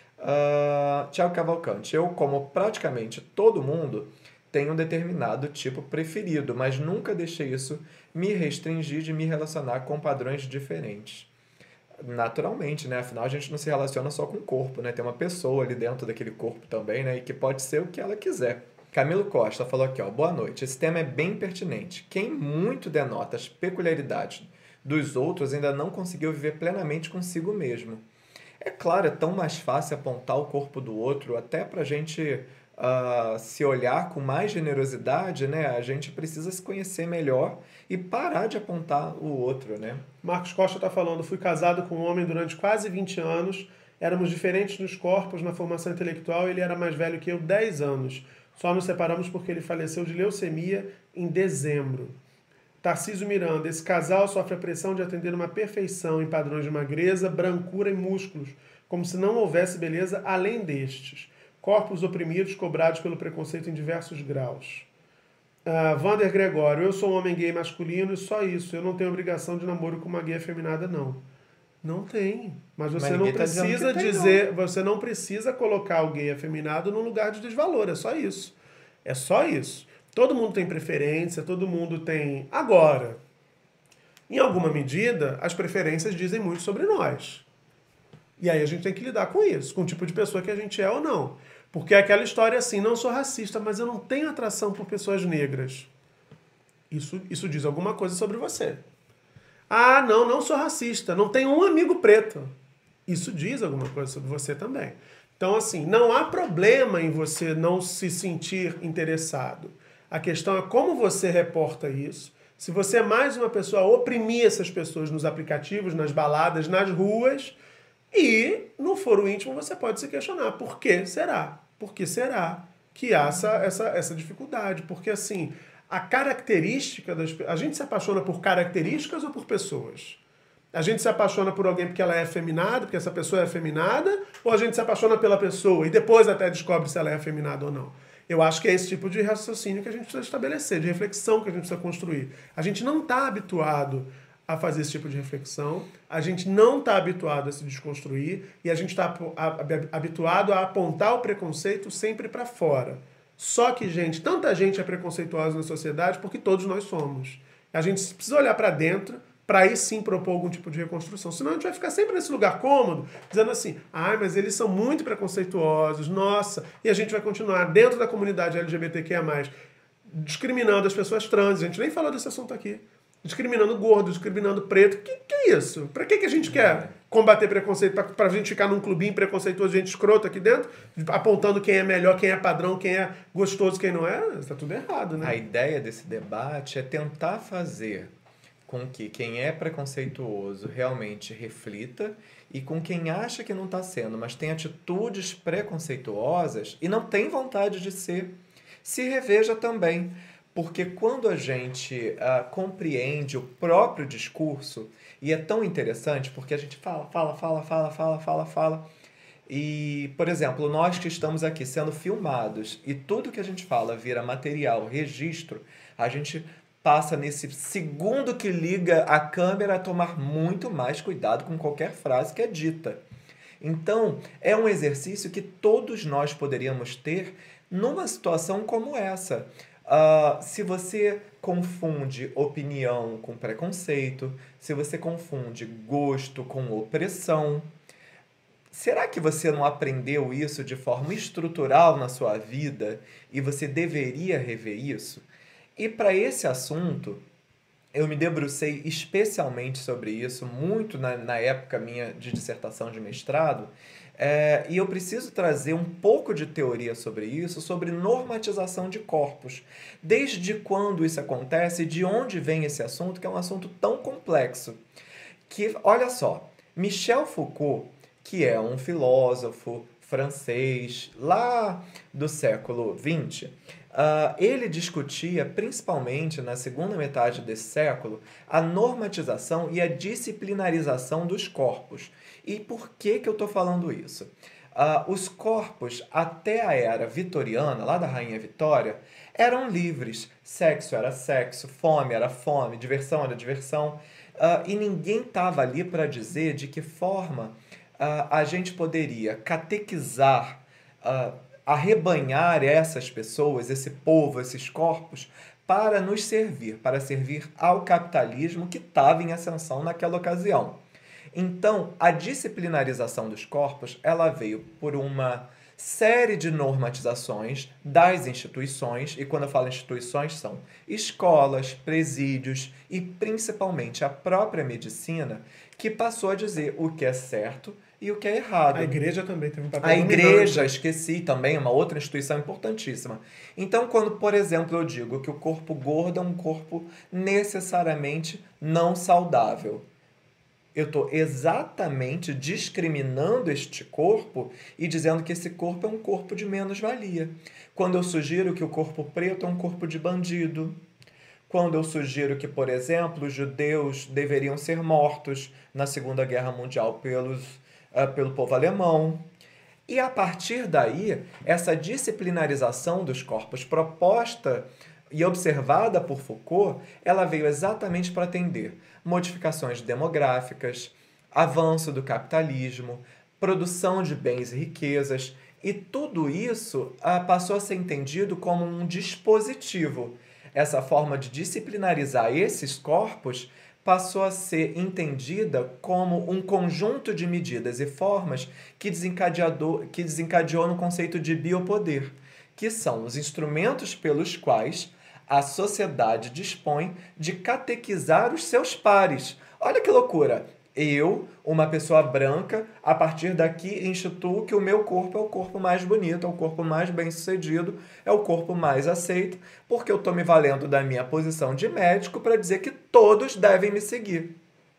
Uh, Thiago Cavalcante. Eu, como praticamente todo mundo, tenho um determinado tipo preferido, mas nunca deixei isso me restringir de me relacionar com padrões diferentes. Naturalmente, né? Afinal, a gente não se relaciona só com o corpo, né? Tem uma pessoa ali dentro daquele corpo também, né? E que pode ser o que ela quiser. Camilo Costa falou aqui, ó, boa noite. Esse tema é bem pertinente. Quem muito denota as peculiaridades dos outros ainda não conseguiu viver plenamente consigo mesmo. É claro, é tão mais fácil apontar o corpo do outro, até pra gente uh, se olhar com mais generosidade, né? A gente precisa se conhecer melhor e parar de apontar o outro, né? Marcos Costa está falando, fui casado com um homem durante quase vinte anos, éramos diferentes nos corpos, na formação intelectual, ele era mais velho que eu, dez anos. Só nos separamos porque ele faleceu de leucemia em dezembro. Tarcísio Miranda, esse casal sofre a pressão de atender uma perfeição em padrões de magreza, brancura e músculos, como se não houvesse beleza além destes. Corpos oprimidos, cobrados pelo preconceito em diversos graus. Uh, Vander Gregório, eu sou um homem gay masculino e só isso. Eu não tenho obrigação de namoro com uma gay afeminada, não. Não tem. Mas você Mas não tá precisa tem, dizer, não. Você não precisa colocar o gay afeminado num lugar de desvalor. É só isso. É só isso. Todo mundo tem preferência, todo mundo tem... Agora, em alguma medida, as preferências dizem muito sobre nós. E aí a gente tem que lidar com isso, com o tipo de pessoa que a gente é ou não. Porque é aquela história assim, não sou racista, mas eu não tenho atração por pessoas negras. Isso, isso diz alguma coisa sobre você. Ah, não, não sou racista, não tenho um amigo preto. Isso diz alguma coisa sobre você também. Então, assim, não há problema em você não se sentir interessado. A questão é como você reporta isso. Se você é mais uma pessoa a oprimir essas pessoas nos aplicativos, nas baladas, nas ruas, e no foro íntimo você pode se questionar. Por que será? Por que será que há essa, essa, essa dificuldade? Porque, assim, a característica das... A gente se apaixona por características ou por pessoas? A gente se apaixona por alguém porque ela é afeminada, porque essa pessoa é afeminada, ou a gente se apaixona pela pessoa e depois até descobre se ela é afeminada ou não? Eu acho que é esse tipo de raciocínio que a gente precisa estabelecer, de reflexão que a gente precisa construir. A gente não está habituado a fazer esse tipo de reflexão, a gente não está habituado a se desconstruir e a gente está habituado a apontar o preconceito sempre para fora. Só que, gente, tanta gente é preconceituosa na sociedade porque todos nós somos. A gente precisa olhar para dentro para aí sim propor algum tipo de reconstrução. Senão a gente vai ficar sempre nesse lugar cômodo, dizendo assim, ah, mas eles são muito preconceituosos, nossa, e a gente vai continuar dentro da comunidade L G B T Q I A mais, discriminando as pessoas trans, a gente nem falou desse assunto aqui, discriminando gordo, discriminando preto, que que é isso? Pra que que a gente quer combater preconceito? Pra, pra gente ficar num clubinho preconceituoso, gente escrota aqui dentro, apontando quem é melhor, quem é padrão, quem é gostoso, quem não é? Tá tudo errado, né? A ideia desse debate é tentar fazer com que quem é preconceituoso realmente reflita e com quem acha que não está sendo, mas tem atitudes preconceituosas e não tem vontade de ser, se reveja também. Porque quando a gente uh, compreende o próprio discurso, e é tão interessante porque a gente fala, fala, fala, fala, fala, fala, fala, e, por exemplo, nós que estamos aqui sendo filmados e tudo que a gente fala vira material, registro, a gente passa nesse segundo que liga a câmera a tomar muito mais cuidado com qualquer frase que é dita. Então, é um exercício que todos nós poderíamos ter numa situação como essa. Uh, se você confunde opinião com preconceito, se você confunde gosto com opressão, será que você não aprendeu isso de forma estrutural na sua vida e você deveria rever isso? E para esse assunto, eu me debrucei especialmente sobre isso, muito na, na época minha de dissertação de mestrado, é, e eu preciso trazer um pouco de teoria sobre isso, sobre normatização de corpos. Desde quando isso acontece e de onde vem esse assunto, que é um assunto tão complexo. Que, olha só, Michel Foucault, que é um filósofo francês lá do século vinte, uh, ele discutia, principalmente na segunda metade desse século, a normatização e a disciplinarização dos corpos. E por que, que eu estou falando isso? Uh, os corpos, até a era vitoriana, lá da Rainha Vitória, eram livres. Sexo era sexo, fome era fome, diversão era diversão. Uh, e ninguém estava ali para dizer de que forma uh, a gente poderia catequizar, uh, arrebanhar essas pessoas, esse povo, esses corpos, para nos servir, para servir ao capitalismo que estava em ascensão naquela ocasião. Então, a disciplinarização dos corpos, ela veio por uma série de normatizações das instituições, e quando eu falo instituições, são escolas, presídios e principalmente a própria medicina, que passou a dizer o que é certo e o que é errado. A igreja também teve um papel A dominante. igreja, esqueci também, é uma outra instituição importantíssima. Então, quando, por exemplo, eu digo que o corpo gordo é um corpo necessariamente não saudável, eu estou exatamente discriminando este corpo e dizendo que esse corpo é um corpo de menos-valia. Quando eu sugiro que o corpo preto é um corpo de bandido. Quando eu sugiro que, por exemplo, os judeus deveriam ser mortos na Segunda Guerra Mundial pelos, uh, pelo povo alemão. E, a partir daí, essa disciplinarização dos corpos proposta e observada por Foucault, ela veio exatamente para atender modificações demográficas, avanço do capitalismo, produção de bens e riquezas, e tudo isso ah, passou a ser entendido como um dispositivo. Essa forma de disciplinarizar esses corpos passou a ser entendida como um conjunto de medidas e formas que desencadeou, que desencadeou no conceito de biopoder, que são os instrumentos pelos quais a sociedade dispõe de catequizar os seus pares. Olha que loucura! Eu, uma pessoa branca, a partir daqui instituo que o meu corpo é o corpo mais bonito, é o corpo mais bem-sucedido, é o corpo mais aceito, porque eu estou me valendo da minha posição de médico para dizer que todos devem me seguir.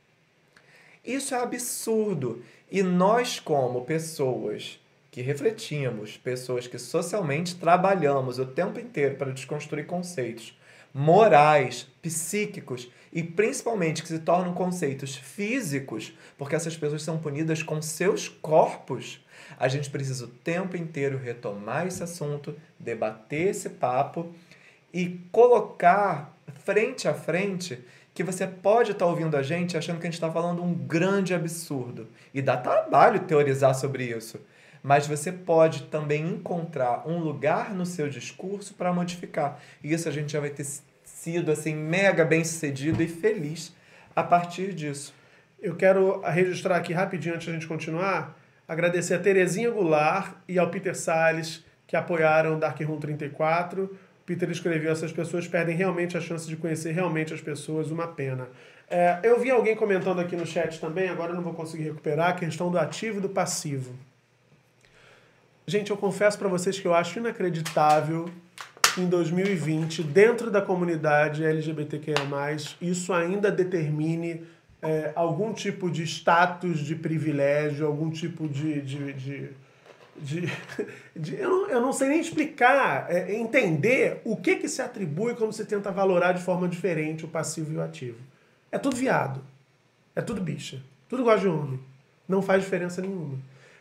Isso é absurdo. E nós, como pessoas que refletimos, pessoas que socialmente trabalhamos o tempo inteiro para desconstruir conceitos morais, psíquicos e principalmente que se tornam conceitos físicos, porque essas pessoas são punidas com seus corpos, a gente precisa o tempo inteiro retomar esse assunto, debater esse papo e colocar frente a frente que você pode estar ouvindo a gente achando que a gente está falando um grande absurdo. E dá trabalho teorizar sobre isso. Mas você pode também encontrar um lugar no seu discurso para modificar. E isso a gente já vai ter sido assim, mega bem-sucedido e feliz a partir disso. Eu quero registrar aqui rapidinho, antes da gente continuar, agradecer a Terezinha Goulart e ao Peter Salles, que apoiaram Dark Room trinta e quatro. O Peter escreveu: essas pessoas perdem realmente a chance de conhecer realmente as pessoas, uma pena. É, eu vi alguém comentando aqui no chat também, agora eu não vou conseguir recuperar, a questão do ativo e do passivo. Gente, eu confesso para vocês que eu acho inacreditável que em dois mil e vinte, dentro da comunidade L G B T Q I A mais, isso ainda determine é, algum tipo de status de privilégio, algum tipo de, de, de de, de eu, não, eu não sei nem explicar, é, entender o que que se atribui quando você tenta valorar de forma diferente o passivo e o ativo. É tudo viado. É tudo bicha. Tudo gosta de homem. Não faz diferença nenhuma.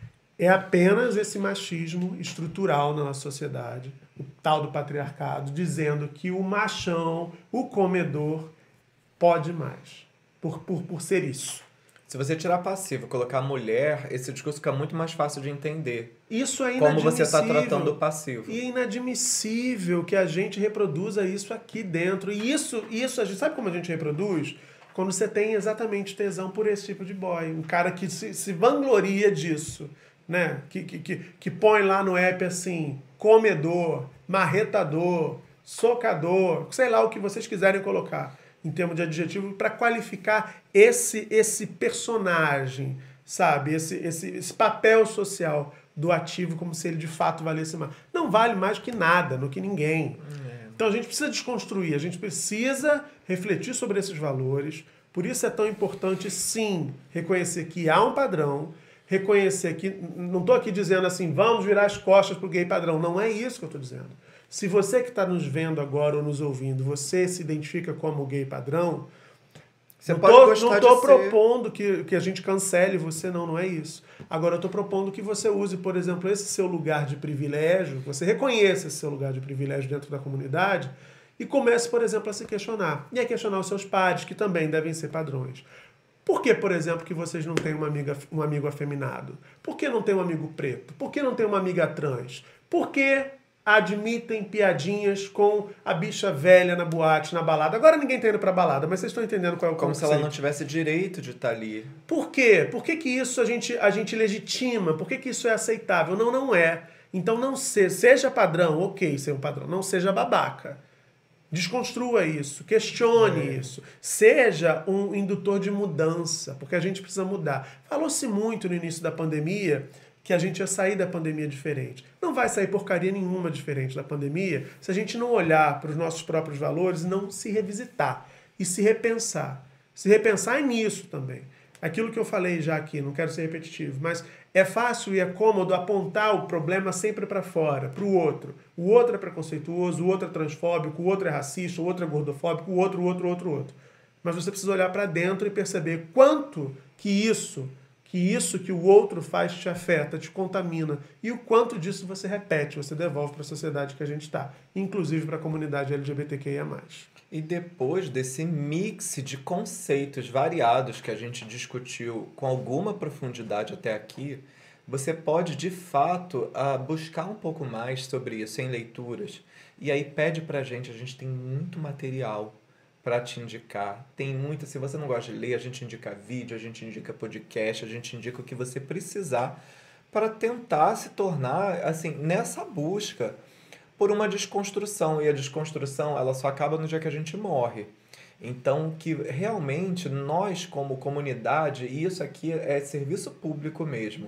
É apenas esse machismo estrutural na nossa sociedade, o tal do patriarcado, dizendo que o machão, o comedor, pode mais, por, por, por ser isso. Se você tirar passivo e colocar mulher, esse discurso fica muito mais fácil de entender. Isso é inadmissível. Como você está tratando o passivo. E é inadmissível que a gente reproduza isso aqui dentro. E isso, isso a gente sabe como a gente reproduz? Quando você tem exatamente tesão por esse tipo de boy. Um cara que se, se vangloria disso, né? Que, que, que, que põe lá no app assim, comedor, marretador, socador, sei lá o que vocês quiserem colocar em termos de adjetivo, para qualificar esse, esse personagem, sabe? Esse, esse, esse papel social do ativo como se ele de fato valesse mais. Não vale mais que nada, no que ninguém. É. Então a gente precisa desconstruir, a gente precisa refletir sobre esses valores. Por isso é tão importante, sim, reconhecer que há um padrão, reconhecer que... Não estou aqui dizendo assim, vamos virar as costas para o gay padrão. Não é isso que eu estou dizendo. Se você que está nos vendo agora ou nos ouvindo, você se identifica como gay padrão, você não pode tô, gostar não estou de propondo que, que a gente cancele você, não, não é isso. Agora eu estou propondo que você use, por exemplo, esse seu lugar de privilégio, você reconheça esse seu lugar de privilégio dentro da comunidade e comece, por exemplo, a se questionar. E a questionar os seus pares, que também devem ser padrões. Por que, por exemplo, que vocês não têm uma amiga, um amigo afeminado? Por que não tem um amigo preto? Por que não tem uma amiga trans? Por que admitem piadinhas com a bicha velha na boate, na balada? Agora ninguém tá indo pra balada, mas vocês estão entendendo qual é o Como conceito. se ela não tivesse direito de estar ali. Por quê? Por que que isso a gente, a gente legitima? Por que que isso é aceitável? Não, não é. Então não se, seja padrão, ok, ser um padrão. Não seja babaca. Desconstrua isso, questione é. isso. Seja um indutor de mudança, porque a gente precisa mudar. Falou-se muito no início da pandemia que a gente ia sair da pandemia diferente. Não vai sair porcaria nenhuma diferente da pandemia se a gente não olhar para os nossos próprios valores e não se revisitar e se repensar. Se repensar é nisso também. Aquilo que eu falei já aqui, não quero ser repetitivo, mas é fácil e é cômodo apontar o problema sempre para fora, para o outro. O outro é preconceituoso, o outro é transfóbico, o outro é racista, o outro é gordofóbico, o outro, o outro, o outro, o outro. Mas você precisa olhar para dentro e perceber quanto que isso... que isso que o outro faz te afeta, te contamina, e o quanto disso você repete, você devolve para a sociedade que a gente está, inclusive para a comunidade L G B T Q I A mais. E depois desse mix de conceitos variados que a gente discutiu com alguma profundidade até aqui, você pode, de fato, buscar um pouco mais sobre isso em leituras. E aí pede para a gente, a gente tem muito material para te indicar. Tem muita, se você não gosta de ler, a gente indica vídeo, a gente indica podcast, a gente indica o que você precisar para tentar se tornar, assim, nessa busca por uma desconstrução. E a desconstrução, ela só acaba no dia que a gente morre. Então, que realmente nós, como comunidade, e isso aqui é serviço público mesmo,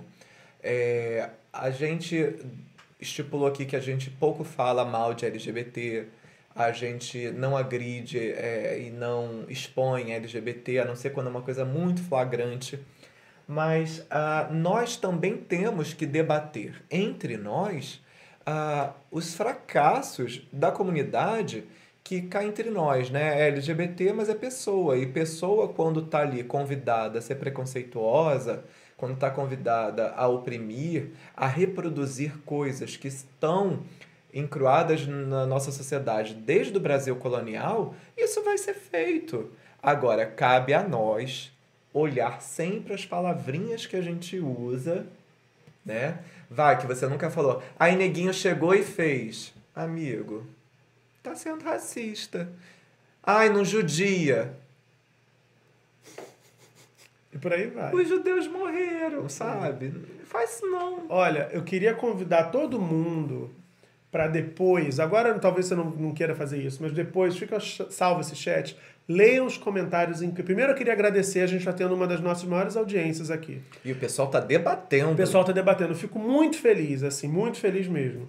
é, a gente estipulou aqui que a gente pouco fala mal de L G B T, a gente não agride é, e não expõe L G B T, a não ser quando é uma coisa muito flagrante. Mas uh, nós também temos que debater entre nós uh, os fracassos da comunidade que cá entre nós, né? É L G B T, mas é pessoa. E pessoa, quando está ali convidada a ser preconceituosa, quando está convidada a oprimir, a reproduzir coisas que estão encruadas na nossa sociedade desde o Brasil colonial, isso vai ser feito. Agora, cabe a nós olhar sempre as palavrinhas que a gente usa, né? Vai, que você nunca falou. Aí neguinho chegou e fez. Amigo, tá sendo racista. Ai, não judia. E por aí vai. Os judeus morreram, sabe? Não faz isso não. Olha, eu queria convidar todo mundo para depois, agora talvez você não, não queira fazer isso, mas depois, fica salvo esse chat, leiam os comentários. Em... Primeiro eu queria agradecer, a gente está tendo uma das nossas maiores audiências aqui. E o pessoal está debatendo. O pessoal está debatendo, eu fico muito feliz, assim, muito feliz mesmo.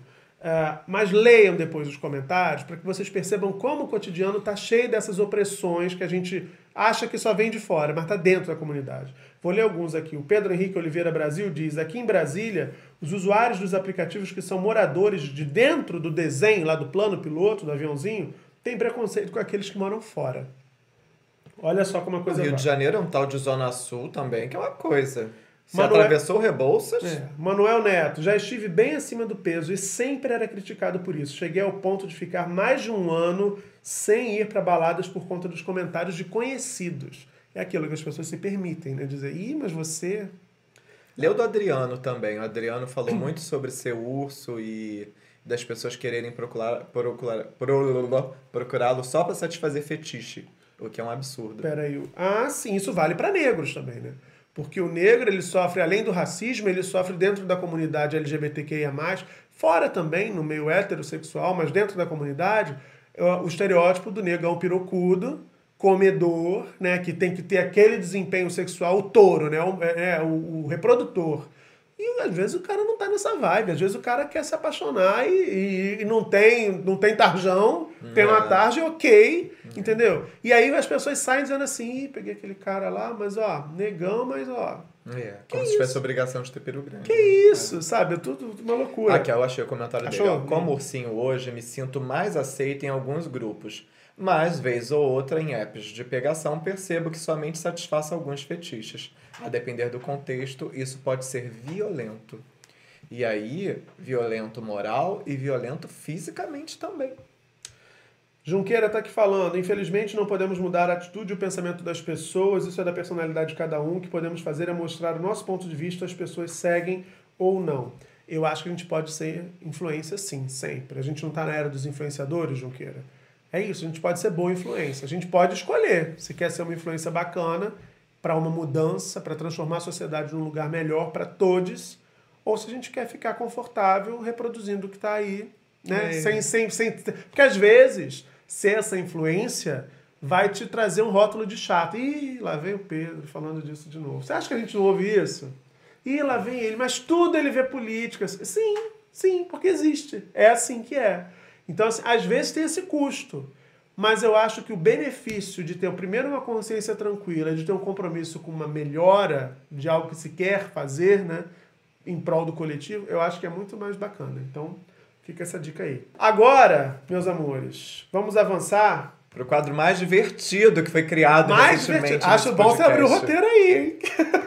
Uh, mas leiam depois os comentários para que vocês percebam como o cotidiano está cheio dessas opressões que a gente acha que só vem de fora, mas está dentro da comunidade. Vou ler alguns aqui. O Pedro Henrique Oliveira Brasil diz: aqui em Brasília, os usuários dos aplicativos que são moradores de dentro do desenho, lá do plano piloto, do aviãozinho, têm preconceito com aqueles que moram fora. Olha só como a coisa O Rio vai. de Janeiro é um tal de Zona Sul também, que é uma coisa. Você Manuel... atravessou o Rebouças? É. Manuel Neto, já estive bem acima do peso e sempre era criticado por isso. Cheguei ao ponto de ficar mais de um ano sem ir para baladas por conta dos comentários de conhecidos. É aquilo que as pessoas se permitem, né? Dizer, ih, mas você... Leu do Adriano também. O Adriano falou muito sobre ser urso e das pessoas quererem procurar, procurar, procurá-lo só para satisfazer fetiche, o que é um absurdo. Peraí. Ah, sim, isso vale para negros também, né? Porque o negro, ele sofre, além do racismo, ele sofre dentro da comunidade L G B T Q I A mais, fora também, no meio heterossexual, mas dentro da comunidade, o estereótipo do negro é um pirocudo, comedor, né, que tem que ter aquele desempenho sexual, o touro, né, o, é, o, o reprodutor. E às vezes o cara não tá nessa vibe, às vezes o cara quer se apaixonar e, e, e não, tem, não tem tarjão, é. Tem uma tarja, ok, é. Entendeu? E aí as pessoas saem dizendo assim, ih, peguei aquele cara lá, mas ó, negão, mas ó... É, como se tivesse obrigação de ter peru grande. Que né? isso, é. Sabe? É tudo, tudo uma loucura. Aqui, eu achei o comentário Achou? dele. Ó, como ursinho hoje, me sinto mais aceito em alguns grupos. Mas, vez ou outra, em apps de pegação, percebo que somente satisfaça alguns fetiches. A depender do contexto, isso pode ser violento. E aí, violento moral e violento fisicamente também. Junqueira está aqui falando, infelizmente não podemos mudar a atitude e o pensamento das pessoas, isso é da personalidade de cada um, o que podemos fazer é mostrar o nosso ponto de vista, as pessoas seguem ou não. Eu acho que a gente pode ser influência sim, sempre. A gente não está na era dos influenciadores, Junqueira. É isso, a gente pode ser boa influência. A gente pode escolher se quer ser uma influência bacana para uma mudança, para transformar a sociedade num lugar melhor para todos, ou se a gente quer ficar confortável reproduzindo o que está aí, né? É. Sem, sem, sem... Porque às vezes, ser essa influência vai te trazer um rótulo de chato. Ih, lá vem o Pedro falando disso de novo. Você acha que a gente não ouve isso? Ih, lá vem ele, mas tudo ele vê política. Sim, sim, porque existe. É assim que é. Então, assim, às vezes tem esse custo, mas eu acho que o benefício de ter, primeiro, uma consciência tranquila, de ter um compromisso com uma melhora de algo que se quer fazer, né, em prol do coletivo, eu acho que é muito mais bacana. Então, fica essa dica aí. Agora, meus amores, vamos avançar para o quadro mais divertido que foi criado mais recentemente. Divertido. Acho bom podcast. Você abrir o roteiro aí, hein?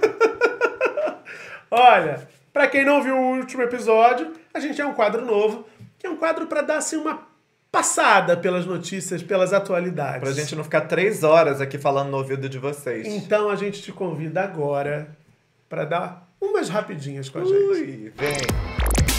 Olha, para quem não viu o último episódio, a gente tem um quadro novo, que é um quadro para dar assim uma passada pelas notícias, pelas atualidades. Pra gente não ficar três horas aqui falando no ouvido de vocês. Então a gente te convida agora para dar umas rapidinhas com a gente. Ui, vem!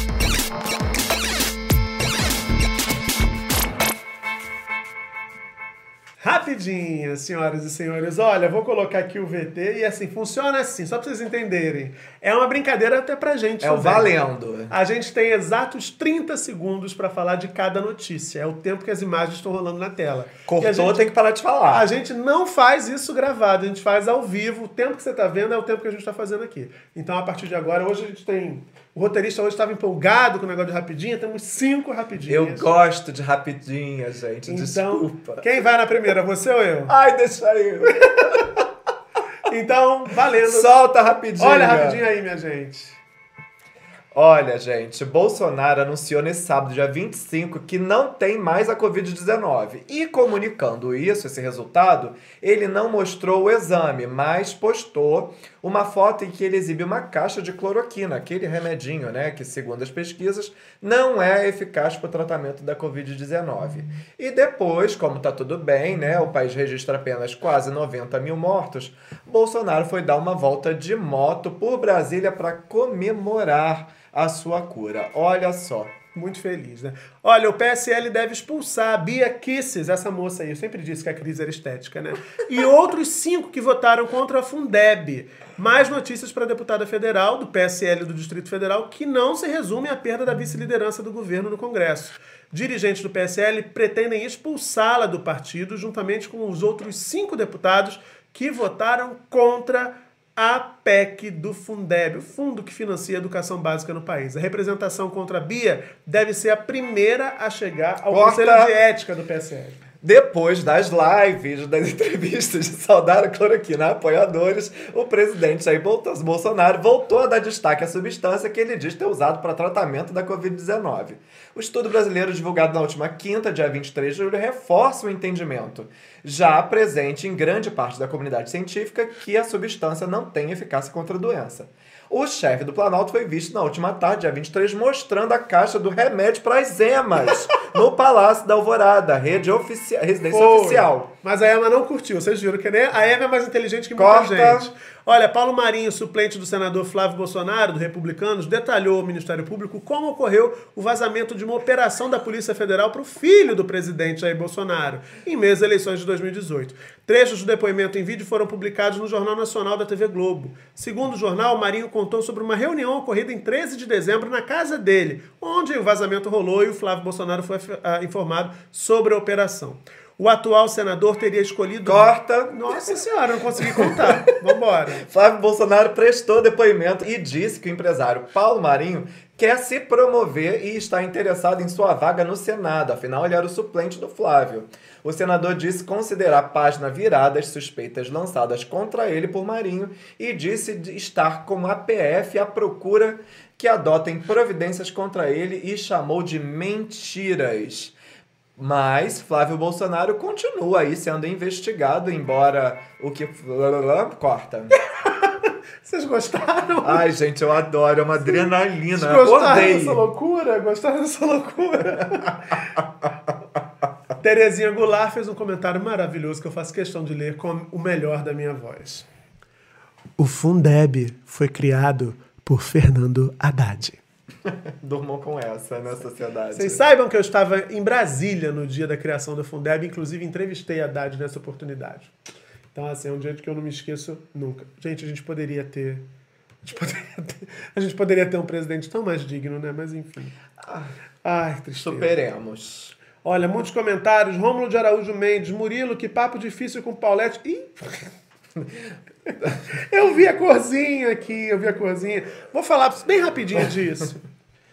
Rapidinho, senhoras e senhores. Olha, vou colocar aqui o V T e assim, funciona assim, só pra vocês entenderem. É uma brincadeira até pra gente. É o valendo. A gente tem exatos trinta segundos pra falar de cada notícia. É o tempo que as imagens estão rolando na tela. Cortou, gente, tem que parar de falar. A gente não faz isso gravado, a gente faz ao vivo. O tempo que você tá vendo é o tempo que a gente tá fazendo aqui. Então, a partir de agora, hoje a gente tem... O roteirista hoje estava empolgado com o negócio de rapidinha, temos cinco rapidinhas. Eu gosto de rapidinha, gente, então, desculpa. Quem vai na primeira, você ou eu? Ai, deixa eu. Então, valendo. Solta rapidinho. Olha rapidinho aí, minha gente. Olha, gente, Bolsonaro anunciou nesse sábado, dia vinte e cinco, que não tem mais a covid dezenove. E comunicando isso, esse resultado, ele não mostrou o exame, mas postou uma foto em que ele exibe uma caixa de cloroquina, aquele remedinho, né, que segundo as pesquisas, não é eficaz para o tratamento da covid dezenove. E depois, como tá tudo bem, né, o país registra apenas quase noventa mil mortos, Bolsonaro foi dar uma volta de moto por Brasília para comemorar a sua cura. Olha só. Muito feliz, né? Olha, o P S L deve expulsar a Bia Kicis, essa moça aí, eu sempre disse que a crise era estética, né? E outros cinco que votaram contra a Fundeb. Mais notícias para a deputada federal do P S L do Distrito Federal, que não se resume à perda da vice-liderança do governo no Congresso. Dirigentes do P S L pretendem expulsá-la do partido, juntamente com os outros cinco deputados que votaram contra a P E C do Fundeb, o fundo que financia a educação básica no país. A representação contra a Bia deve ser a primeira a chegar ao Corta. Conselho de Ética do P S L. Depois das lives, das entrevistas de saudar a cloroquina a apoiadores, o presidente Jair Bolsonaro voltou a dar destaque à substância que ele diz ter usado para tratamento da covid dezenove. O estudo brasileiro divulgado na última quinta, dia vinte e três de julho, reforça o entendimento, já presente em grande parte da comunidade científica, que a substância não tem eficácia contra a doença. O chefe do Planalto foi visto na última tarde, dia vinte e três, mostrando a caixa do remédio para as emas no Palácio da Alvorada, rede ofici- residência Foi. oficial. Mas a Ema não curtiu, vocês viram que né? A Ema é mais inteligente que muita Corta. gente. Olha, Paulo Marinho, suplente do senador Flávio Bolsonaro, do Republicanos, detalhou ao Ministério Público como ocorreu o vazamento de uma operação da Polícia Federal para o filho do presidente Jair Bolsonaro, em meio às eleições de dois mil e dezoito. Trechos do depoimento em vídeo foram publicados no Jornal Nacional da T V Globo. Segundo o jornal, Marinho contou sobre uma reunião ocorrida em treze de dezembro na casa dele, onde o vazamento rolou e o Flávio Bolsonaro foi uh, informado sobre a operação. O atual senador teria escolhido... Corta. Nossa senhora, não consegui contar. Vambora. Flávio Bolsonaro prestou depoimento e disse que o empresário Paulo Marinho quer se promover e está interessado em sua vaga no Senado. Afinal, ele era o suplente do Flávio. O senador disse considerar a página virada as suspeitas lançadas contra ele por Marinho e disse estar com a P F à procura que adotem providências contra ele e chamou de mentiras. Mas Flávio Bolsonaro continua aí sendo investigado, embora o que... Corta. Vocês gostaram? Ai, gente, eu adoro, é uma adrenalina. Vocês gostaram Acordei. dessa loucura? Gostaram dessa loucura? Terezinha Goulart fez um comentário maravilhoso que eu faço questão de ler com o melhor da minha voz. O Fundeb foi criado por Fernando Haddad. Durmam com essa, né, sociedade? Vocês saibam que eu estava em Brasília no dia da criação da Fundeb, inclusive entrevistei a Haddad nessa oportunidade. Então, assim, é um dia que eu não me esqueço nunca. Gente, a gente poderia ter... A gente poderia ter, a gente poderia ter um presidente tão mais digno, né? Mas, enfim. Ai, que tristeza. Superemos. Olha, muitos comentários. Rômulo de Araújo Mendes. Murilo, que papo difícil com Paulette. Ih! Eu vi a corzinha aqui, eu vi a corzinha. Vou falar bem rapidinho disso.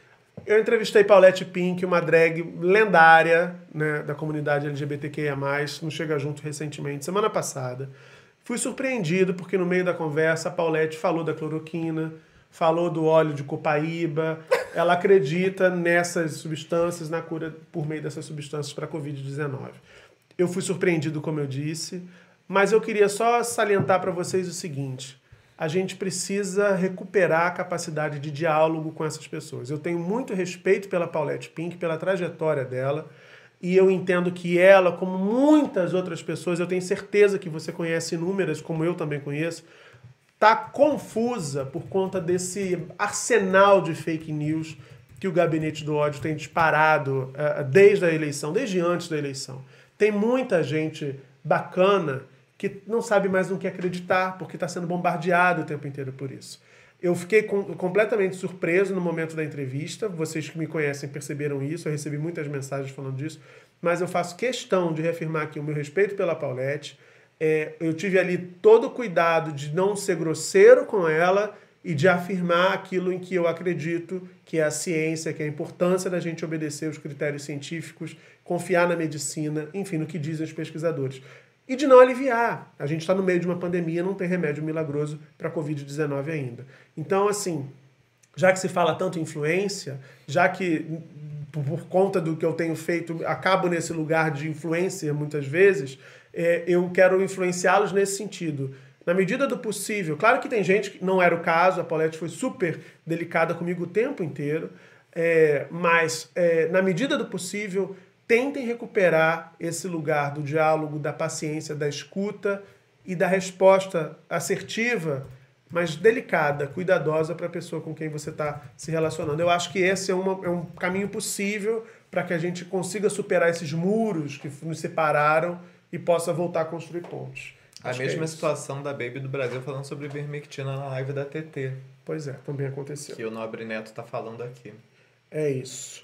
Eu entrevistei Paulette Pink, uma drag lendária, né, da comunidade L G B T Q I A mais, no Chega Junto recentemente, semana passada. Fui surpreendido porque no meio da conversa a Paulette falou da cloroquina, falou do óleo de copaíba. Ela acredita nessas substâncias, na cura por meio dessas substâncias para a covid dezenove. Eu fui surpreendido, como eu disse, mas eu queria só salientar para vocês o seguinte: a gente precisa recuperar a capacidade de diálogo com essas pessoas. Eu tenho muito respeito pela Paulette Pink, pela trajetória dela, e eu entendo que ela, como muitas outras pessoas, eu tenho certeza que você conhece inúmeras, como eu também conheço, está confusa por conta desse arsenal de fake news que o Gabinete do Ódio tem disparado uh, desde a eleição, desde antes da eleição. Tem muita gente bacana que não sabe mais no que acreditar, porque está sendo bombardeado o tempo inteiro por isso. Eu fiquei com, completamente surpreso no momento da entrevista, vocês que me conhecem perceberam isso, eu recebi muitas mensagens falando disso, mas eu faço questão de reafirmar aqui o meu respeito pela Paulette. É, eu tive ali todo o cuidado de não ser grosseiro com ela e de afirmar aquilo em que eu acredito, que é a ciência, que é a importância da gente obedecer os critérios científicos, confiar na medicina, enfim, no que dizem os pesquisadores. E de não aliviar. A gente está no meio de uma pandemia, não tem remédio milagroso para a covid dezenove ainda. Então, assim, já que se fala tanto em influência, já que, por, por conta do que eu tenho feito, acabo nesse lugar de influência muitas vezes, é, eu quero influenciá-los nesse sentido. Na medida do possível. Claro que tem gente que não era o caso, a Paulette foi super delicada comigo o tempo inteiro, é, mas, é, na medida do possível, tentem recuperar esse lugar do diálogo, da paciência, da escuta e da resposta assertiva, mas delicada, cuidadosa para a pessoa com quem você está se relacionando. Eu acho que esse é, uma, é um caminho possível para que a gente consiga superar esses muros que nos separaram e possa voltar a construir pontos. A Acho mesma é situação da Baby do Brasil falando sobre vermectina na live da T T. Pois é, também aconteceu. Que o Nobre Neto está falando aqui. É isso.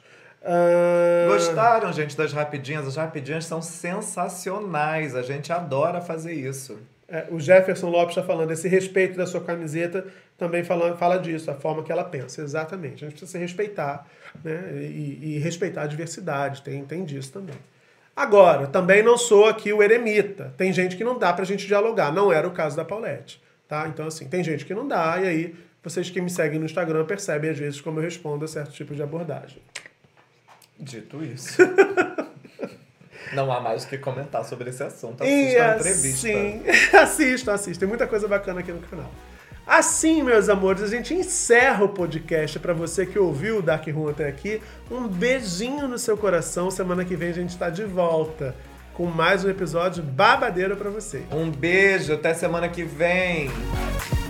Uh... Gostaram, gente, das rapidinhas? As rapidinhas são sensacionais. A gente adora fazer isso. É, o Jefferson Lopes está falando, esse respeito da sua camiseta também fala, fala disso, a forma que ela pensa. Exatamente. A gente precisa se respeitar, né? E, e respeitar a diversidade, tem, tem disso também. Agora, também não sou aqui o eremita. Tem gente que não dá pra gente dialogar. Não era o caso da Paulette, tá? Então, assim, tem gente que não dá, e aí vocês que me seguem no Instagram percebem, às vezes, como eu respondo a certo tipo de abordagem. Dito isso. Não há mais o que comentar sobre esse assunto. Assista a entrevista. Sim, assistam, assistam. Tem muita coisa bacana aqui no canal. Assim, meus amores, a gente encerra o podcast. Para você que ouviu o Dark Room até aqui, um beijinho no seu coração. Semana que vem a gente está de volta com mais um episódio babadeiro para você. Um beijo, até semana que vem.